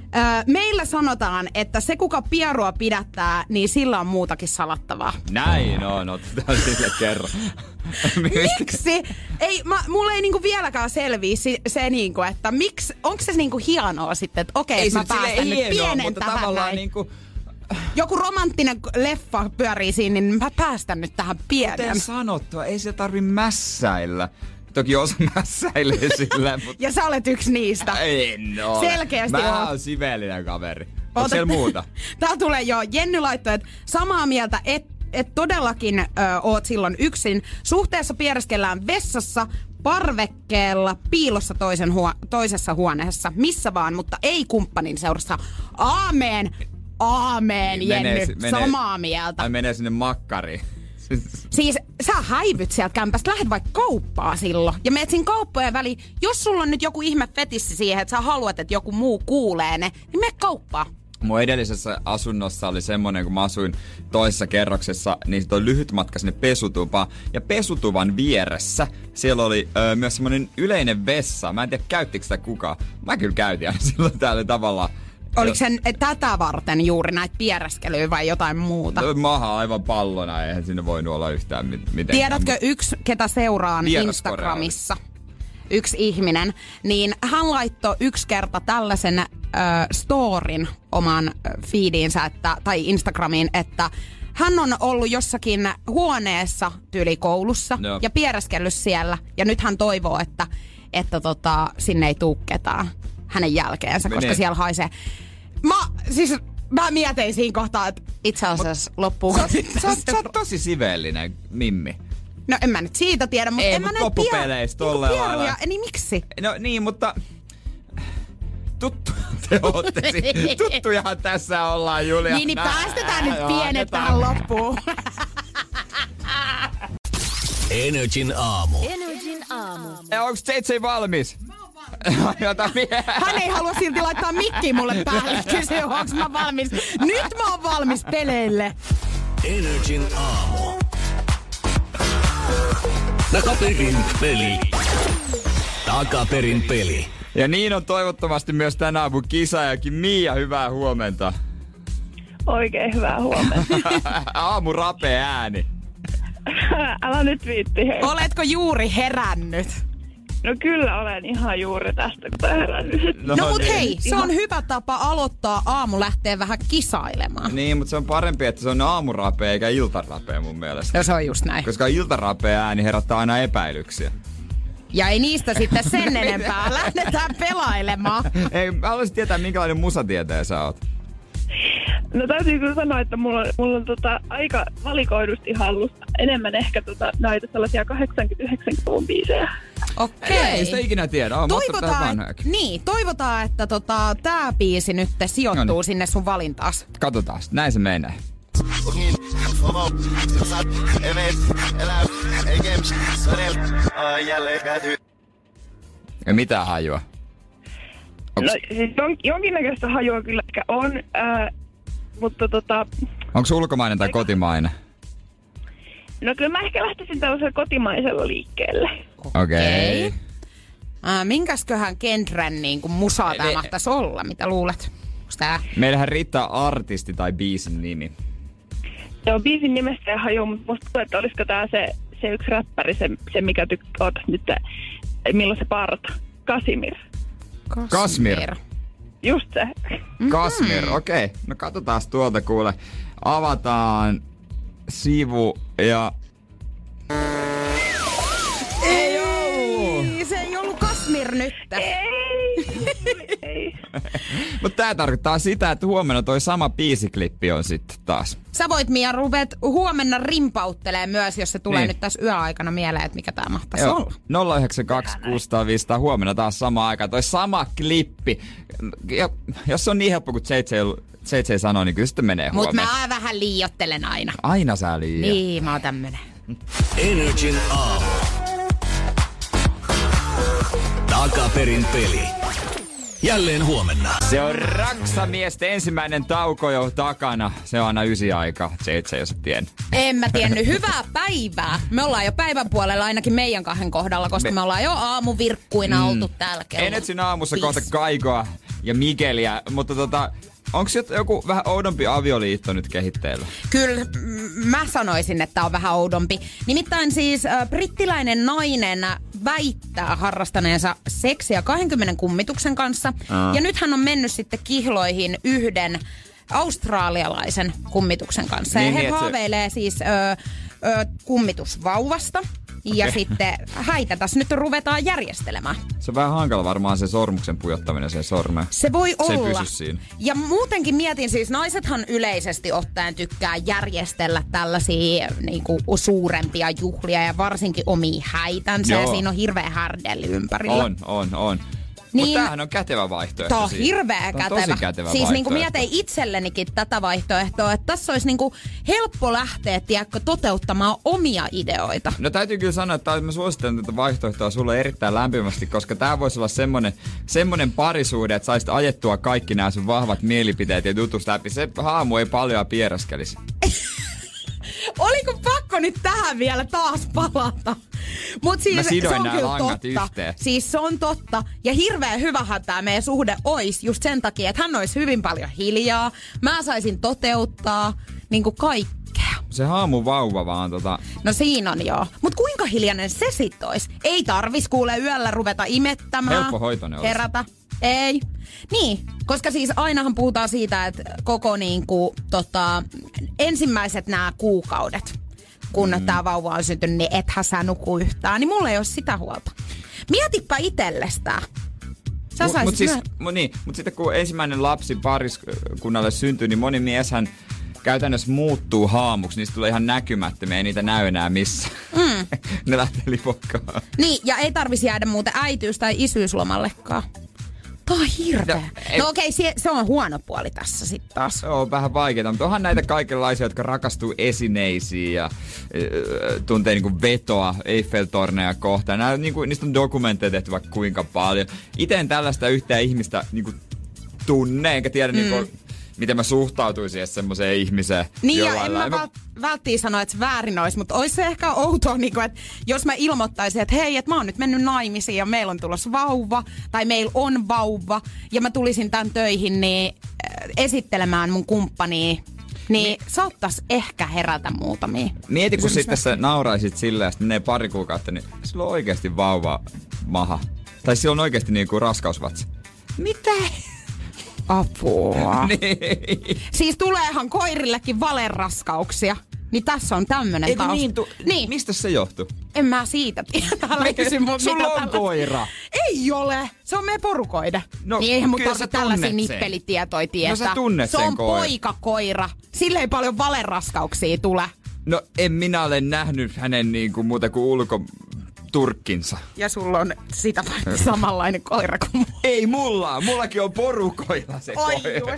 Öö, meillä sanotaan, että se kuka pierua pidättää, niin sillä on muutakin salattavaa. Näin on, otetaan sille kerran. Miksi? Ei, mä, mulla ei niinku vieläkään selviä se, se niinku, että miksi, onko se niinku hienoa sitten, että okei, ei, mä päästän nyt hienoa, pienen mutta tähän tavallaan näin. niinku... Joku romanttinen leffa pyörii siinä, niin mä päästän nyt tähän pienen. Kuten sanottua, ei se tarvi mässäillä. Toki osa mässäilee sillä, mutta... Ja sä olet yksi niistä. En ole. Selkeästi Mä oot. oon siveellinen kaveri. Onko siellä muuta? Tää tulee jo. Jenny laittoi, että samaa mieltä, että et todellakin ö, oot silloin yksin. Suhteessa piereskellään vessassa, parvekkeella, piilossa toisen huo- toisessa huoneessa. Missä vaan, mutta ei kumppanin seurassa. Aamen! Aamen, Jenny. Menee, menee, samaa mieltä. Ai menee sinne makkariin. Siis sä häivyt sieltä kämpästä, lähdet vaikka kauppaa silloin. Ja meet siinä kauppojen väliin. Jos sulla on nyt joku ihme fetissi siihen, että sä haluat, että joku muu kuulee ne, niin mene kauppaa. Mun edellisessä asunnossa oli semmonen, kun mä asuin toisessa kerroksessa, niin sit oli lyhyt matka sinne pesutupaan. Ja pesutuvan vieressä siellä oli ö, myös semmonen yleinen vessa. Mä en tiedä, käyttikö sitä kukaan. Mä kyllä käytin aina silloin täällä tavallaan. Oliko sen tätä varten juuri näitä piereskelyjä vai jotain muuta? No, maha aivan pallona, eihän siinä voinut olla yhtään mit- mitenkään. Tiedätkö yksi, ketä seuraan Vieras Instagramissa? Yksi ihminen. Niin hän laittoi yksi kerta tällaisen äh, storin omaan feediinsä, että, tai Instagramiin, että hän on ollut jossakin huoneessa tyyli koulussa no. ja piereskellyt siellä. Ja nyt hän toivoo, että, että tota, sinne ei tuu ketään hänen jälkeensä, koska Menee. siellä haisee. Mä, siis, mä mietin siinä kohtaa, että itse asiassa loppuu. Sä, sä, sä oot tosi siveellinen, Mimmi. No en mä nyt siitä tiedä, mutta Ei, en mut mä näe loppupeleistä pier- tolleen niinku pieruja. lailla. Niin miksi? No niin, mutta... Tuttu te ootte. si- Tuttujahan tässä ollaan, Julia. Niin, niin Nää, päästetään nyt joo, pienet annetaan. tähän loppuun. Energin aamu. Energin aamu. Ja onks J J valmis? Jota mie- Hän ei halua silti laittaa mikkiä mulle päälle. Kysyy, onks mä valmis. Nyt mä oon valmis peleille. Energin aamu. Takaperin peli. Takaperin peli. Ja niin on toivottavasti myös tänä aamun kisaajakin. Mia, hyvää huomenta. Oikein hyvää huomenta. Aamu rapee ääni. Älä nyt viitti, hei. Oletko juuri herännyt? No kyllä olen ihan juuri tästä, kun olen herännyt. No, no mut niin. hei, se on hyvä tapa aloittaa aamu lähteä vähän kisailemaan. Niin, mutta se on parempi, että se on aamurapea eikä iltarapea mun mielestä. Ja se on just näin. Koska iltarapea ääni herättää aina epäilyksiä. Ja ei niistä sitten sen enempää. Lähdetään pelailemaan. Ei, mä haluaisin tietää, minkälainen musatieteen sä oot. No täytyy kyllä sanoa, että mulla on, mulla on tota aika valikoidusti hallussa. Enemmän ehkä tota, näitä sellaisia kahdeksankymmentä-yhdeksänkymmentäluvun biisejä. Okei. Ei sitä ikinä tiedä. On Toivotaan, niin, toivotaan, että tota, tää biisi nyt sijoittuu Noniin. sinne sun valintaas. Katsotaan, näin se menee. Ei mitään hajua. Onks, No siis jon, jonkinnäköistä hajua kyllä ehkä on, ää, mutta tota... onks ulkomainen tai kotimainen? No kyllä mä ehkä lähtisin tällaisella kotimaisella liikkeelle. Okei. Okay. Äh, minkäsköhän genren niin kuin musaa tää Me- mahtaisi olla? Mitä luulet? Onks tää? Meillähän riittää artisti tai biisin nimi. Joo, biisin nimestä ei haju, mutta musta tuntuu, että olisiko tää se, se yksi räppäri, se, se mikä tykkää, ootas nyt, milloin se parta. Kasimir. Kasmir. Just se. Kasmir, okei. Okay. No katsotaan tuolta kuule. Avataan sivu ja... Ei oo! Ei, se ei ollut Kasmir nyt. Ei. Mutta tää tarkoittaa sitä, että huomenna toi sama biisiklippi on sitten taas. Sä voit, Mia, rupeat huomenna rimpauttelee myös, jos se tulee Niin. nyt tässä yöaikana mieleen, että mikä tää mahtaisi Joo, olla. nolla yhdeksän kaksi kuusi nolla viisi nolla huomenna taas sama aika. Toi sama klippi. Ja, jos se on niin helppo kuin J J, J J sanoo, niin kyllä sitten menee Mut huomenna. mä vähän liiottelen aina. Aina sä liian. Niin, mä oon tämmönen. Energin aamu. Takaperin peli. Jälleen huomenna. Se on Raksamiesten ensimmäinen tauko jo takana. Se on aina ysi aika. J J, jos et tiennyt. En mä tiennyt. Hyvää päivää. Me ollaan jo päivän puolella ainakin meidän kahden kohdalla, koska me, Me- me ollaan jo aamuvirkkuina mm. oltu täällä kello Energin aamussa viisi. kohta Kaikoa ja Migueliä, mutta tota, onko joku vähän oudompi avioliitto nyt kehitteillä? Kyllä, m- mä sanoisin, että on vähän oudompi. Nimittäin siis äh, brittiläinen nainen väittää harrastaneensa seksiä kaksikymmentä kummituksen kanssa. Aa. Ja nyt hän on mennyt sitten kihloihin yhden australialaisen kummituksen kanssa. Niin, ja he niin, haaveilee se... siis ö, ö, kummitusvauvasta. Okay. Ja sitten häitä tässä nyt ruvetaan järjestelemään. Se on vähän hankala varmaan se sormuksen pujottaminen sen sormeen. Se voi se olla. Se ei pysy siinä. Ja muutenkin mietin siis, naisethan yleisesti ottaen tykkää järjestellä tällaisia niinku, suurempia juhlia ja varsinkin omia häitänsä. Joo. Ja siinä on hirveä härdelli ympärillä. On, on, on. Niin, mutta tämähän on kätevä vaihtoehto. Tämä on hirveä kätevä. Tosi kätevä siis niinku vaihtoehto. mietin itsellenikin tätä vaihtoehtoa, että tässä olisi niinku helppo lähteä tiedätkö, toteuttamaan omia ideoita. No täytyy kyllä sanoa, että mä suosittelen tätä vaihtoehtoa sulle erittäin lämpimästi, koska tämä voisi olla semmoinen, semmoinen parisuhde, että saisit ajettua kaikki nämä sun vahvat mielipiteet ja jutus läpi. Se haamu ei paljon pieraskelisi. Oliko pakko nyt tähän vielä taas palata? Mut siis mä sidoin se on nämä kyllä langat totta. yhteen. Siis se on totta. Ja hirveän hyvähän tämä meidän suhde ois just sen takia, että hän olisi hyvin paljon hiljaa. Mä saisin toteuttaa niinku kaikkea. Se haamu vauva vaan tota... No siinä on joo. Mut kuinka hiljainen se sit ois? Ei tarvis kuule yöllä ruveta imettämään. Helppo hoitoinen olisi. Herätä. Ei. Niin, koska siis ainahan puhutaan siitä, että koko niinku, tota, ensimmäiset nämä kuukaudet, kun mm. tämä vauva on syntynyt, niin ethän sä nuku yhtään, niin mulla ei ole sitä huolta. Mietipä itsellesi tää. Sä Mut, mut, siis, myö... mut, niin, mut sitten kun ensimmäinen lapsi pariskunnalle syntyy, niin moni mieshän käytännössä muuttuu haamuksi, niistä tulee ihan näkymättömiä, ei niitä näy enää missä. Mm. Ne lähtee lipokkaan. Niin, ja ei tarvisi jäädä muuten äitiys- tai isyyslomallekaan. Tää on hirveä. No, no okei, okay, se on huono puoli tässä sitten taas. Se on vähän vaikeaa, mutta onhan näitä kaikenlaisia, jotka rakastuu esineisiin ja äh, tuntee niinku vetoa Eiffeltorneja kohtaan. Nää, niinku, niistä on dokumentteja tehty vaikka kuinka paljon. Itse en tällaista yhtään ihmistä niinku, tunne, enkä tiedä mm. niinku, miten mä suhtautuisin edes semmoiseen ihmiseen. Niin ja en mä vält, välttiin sanoa, että se väärin olisi, mutta olisi se ehkä outoa, niin kuin, että jos mä ilmoittaisin, että hei, että mä oon nyt mennyt naimisiin ja meillä on tulossa vauva, tai meillä on vauva, ja mä tulisin tämän töihin niin äh, esittelemään mun kumppania, niin Mi- saattais ehkä herätä muutamia. Mieti, kun sitten sä nauraisit silleen, että menee pari kuukautta, niin sillä on oikeasti vauva maha. Tai sillä on oikeasti niinku raskausvatsa. Mitä? Apua. Niin. Siis tuleehan koirillekin valeraskauksia. Niin tässä on tämmönen Eikö tausta. Niin, tu- niin. Mistä se johtuu? En mä siitä tiedä. Älä kysy mut, sulla mitä on tällä... koira. Ei ole. Se on meidän porukoida. No, niin eihän mun tarvitse tällaisia sen. nippelitietoja tietää. No sä tunnet se sen on koira. poikakoira. Sille ei paljon valeraskauksia tule. No en minä ole nähnyt hänen niinku muuta kuin ulko... turkkinsa. Ja sulla on sitä paitsi samanlainen koira kuin mulla. Ei mulla. Mullakin on porukoilla se Oi koira.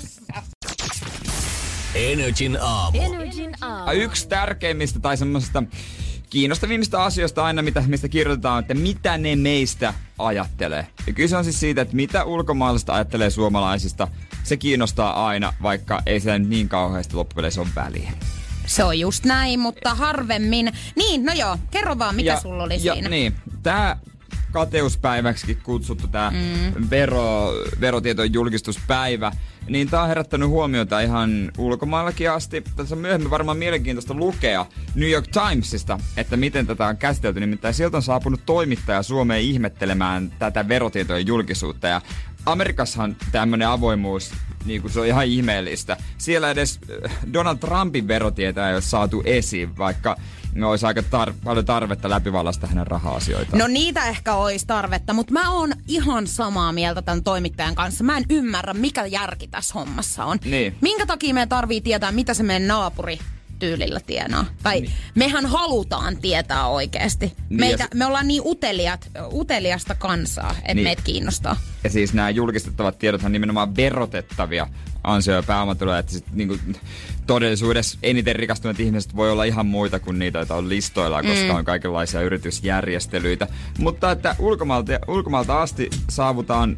Energin aamu. Energin aamu. Yksi tärkeimmistä tai semmoisista kiinnostavimmista asioista aina, mitä, mistä kirjoitetaan, että mitä ne meistä ajattelee. Ja kyse on siis siitä, että mitä ulkomaalaiset ajattelee suomalaisista. Se kiinnostaa aina, vaikka ei se niin kauheasti loppupeleissä ole väliä. Se on just näin, mutta harvemmin. Niin, no joo, kerro vaan, mitä ja, sulla oli ja, siinä. Niin, tää kateuspäiväksikin kutsuttu tää mm. vero, verotietojen julkistuspäivä, niin tää on herättänyt huomiota ihan ulkomaillakin asti. Tässä on myöhemmin varmaan mielenkiintoista lukea New York Timesista, että miten tätä on käsitelty. Nimittäin sieltä on saapunut toimittaja Suomeen ihmettelemään tätä verotietojen julkisuutta. Ja Amerikassahan tämmönen avoimuus, niin kuin se on ihan ihmeellistä. Siellä edes Donald Trumpin verotietoja ei ole saatu esiin, vaikka no, olisi aika tar- paljon tarvetta läpivallasta hänen raha-asioitaan. No niitä ehkä olisi tarvetta, mutta mä oon ihan samaa mieltä tämän toimittajan kanssa. Mä en ymmärrä, mikä järki tässä hommassa on. Niin. Minkä takia meidän tarvii tietää, mitä se meidän naapuri tyylillä tienaa. Tai niin. Mehän halutaan tietää oikeasti. Niin Meitä, se... Me ollaan niin uteliat, uteliasta kansaa, että niin. Meitä kiinnostaa. Ja siis nämä julkistettavat tiedothan nimenomaan verotettavia ansio- ja pääomatuloja, että sit niinku todellisuudessa eniten rikastuneet ihmiset voi olla ihan muita kuin niitä, joita on listoilla, koska mm. on kaikenlaisia yritysjärjestelyitä. Mutta että ulkomailta, ulkomailta asti saavutaan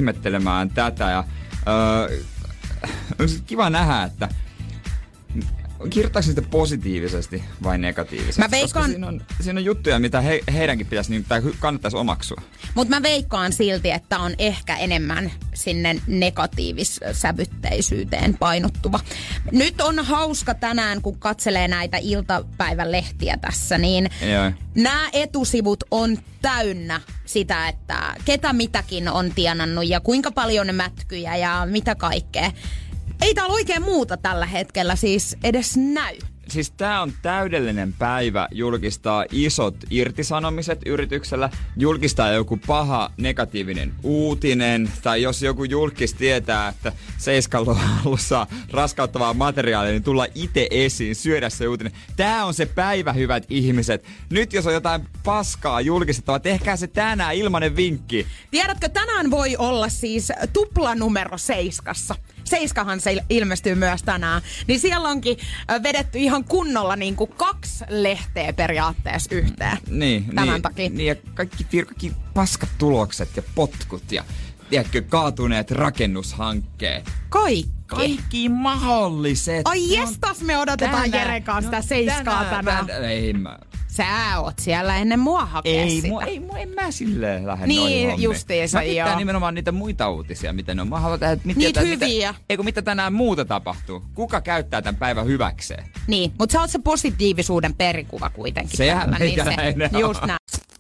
ihmettelemään tätä ja öö, on kiva nähdä, että kirjoittaako sitten positiivisesti vai negatiivisesti? Mä veikkaan... Koska siinä on, siinä on juttuja, mitä he, heidänkin pitäisi, niin, tai kannattaisi omaksua. Mutta mä veikkaan silti, että on ehkä enemmän sinne negatiivissävytteisyyteen painottuva. Nyt on hauska tänään, kun katselee näitä iltapäivän lehtiä tässä, niin nämä etusivut on täynnä sitä, että ketä mitäkin on tienannut ja kuinka paljon mätkyjä ja mitä kaikkea. Ei täällä oikein muuta tällä hetkellä siis edes näy. Siis tää on täydellinen päivä julkistaa isot irtisanomiset yrityksellä, julkistaa joku paha negatiivinen uutinen, tai jos joku julkis tietää, että Seiskan alussa raskauttavaa materiaalia, niin tulla itse esiin, syödä se uutinen. Tää on se päivä, hyvät ihmiset. Nyt jos on jotain paskaa julkistettavaa, tehkää se tänään, ilmanen vinkki. Tiedätkö, tänään voi olla siis tuplanumero Seiskassa. Seiskahan se ilmestyy myös tänään. Niin siellä onkin vedetty ihan kunnolla niin kuin kaksi lehteä periaatteessa yhteen. Niin, tämän niin, takia. Niin, ja kaikki, kaikki paskat tulokset ja potkut ja tiedätkö, kaatuneet rakennushankkeet. Kaikki. Kaikki mahdolliset. Ai jestas, me odotetaan tänään, Jeren kanssa sitä no, Seiskaa tänään. tänään. tänään. Ei mä... Sä oot siellä ennen mua hakea ei, sitä. Mua, ei, mua, en mä silleen lähde niin, noihin hommiin. Justiinsa, mä pitää nimenomaan niitä muita uutisia, miten on. Mä haluan tehdä, mitä, niitä mitä, hyviä. Mitä, eikö mitä tänään muuta tapahtuu? Kuka käyttää tämän päivän hyväkseen? Niin, mutta sä oot se positiivisuuden perikuva kuitenkin. Sehän tällä, niin se, just näin.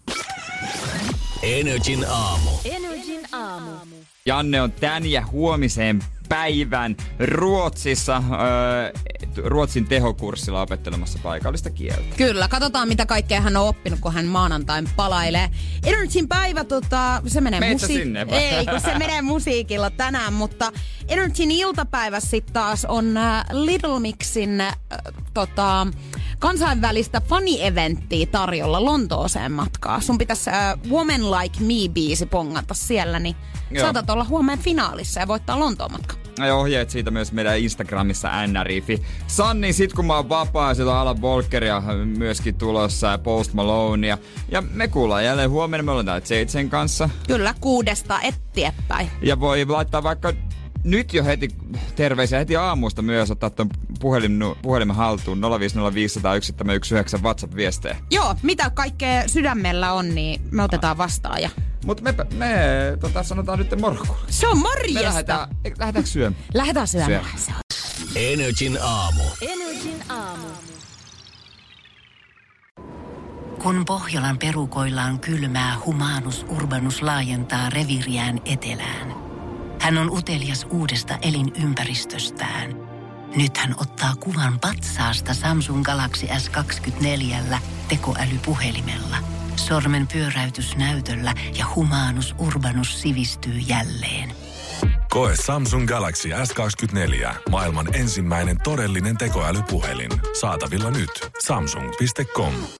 Energin aamu. Energin aamu. Janne on tän ja huomiseen päivän Ruotsissa, öö, Ruotsin tehokurssilla opettelemassa paikallista kieltä. Kyllä, katsotaan mitä kaikkea hän on oppinut, kun hän maanantain palailee. Energin päivä, tota, se menee musiikilla. Ei, kun se menee musiikilla tänään, mutta Energin iltapäivä sitten taas on äh, Little Mixin äh, tota, kansainvälistä fani-eventtiä tarjolla Lontooseen matkaa. Sun pitäisi äh, Woman Like Me-biisi pongata siellä, niin Joo. saatat olla huomenna finaalissa ja voittaa Lontoon matka. Ja ohjeet siitä myös meidän Instagramissa nrifi. Sanni, sit kun mä oon vapaa, siellä on Alan Walkeria myöskin tulossa ja Post Malonea. Ja me kuullaan jälleen huomenna, me ollaan täällä J-Jen kanssa. Kyllä, kuudesta eteenpäin. Ja voi laittaa vaikka nyt jo heti terveisiä heti aamusta myös, ottaa tuon puhelin, puhelimen haltuun nolla viisi nolla viisi nolla yksi seitsemän yksi yhdeksän WhatsApp-viestejä. Joo, mitä kaikkea sydämellä on, niin me otetaan vastaan. Ja... Mutta me, me tota, sanotaan nyt morkulle. Se on morjesta! Me lähdetään, lähdetäänkö syömään? Lähdetään syömään. syömään. Energin aamu. Energin aamu. Kun Pohjolan perukoillaan kylmää, Humanus Urbanus laajentaa reviiriään etelään. Hän on utelias uudesta elinympäristöstään. Nyt hän ottaa kuvan patsaasta Samsung Galaxy S kaksikymmentäneljä tekoälypuhelimella. Sormen pyöräytys näytöllä ja Humanus Urbanus sivistyy jälleen. Koe Samsung Galaxy S kaksikymmentäneljä. Maailman ensimmäinen todellinen tekoälypuhelin. Saatavilla nyt. Samsung piste com.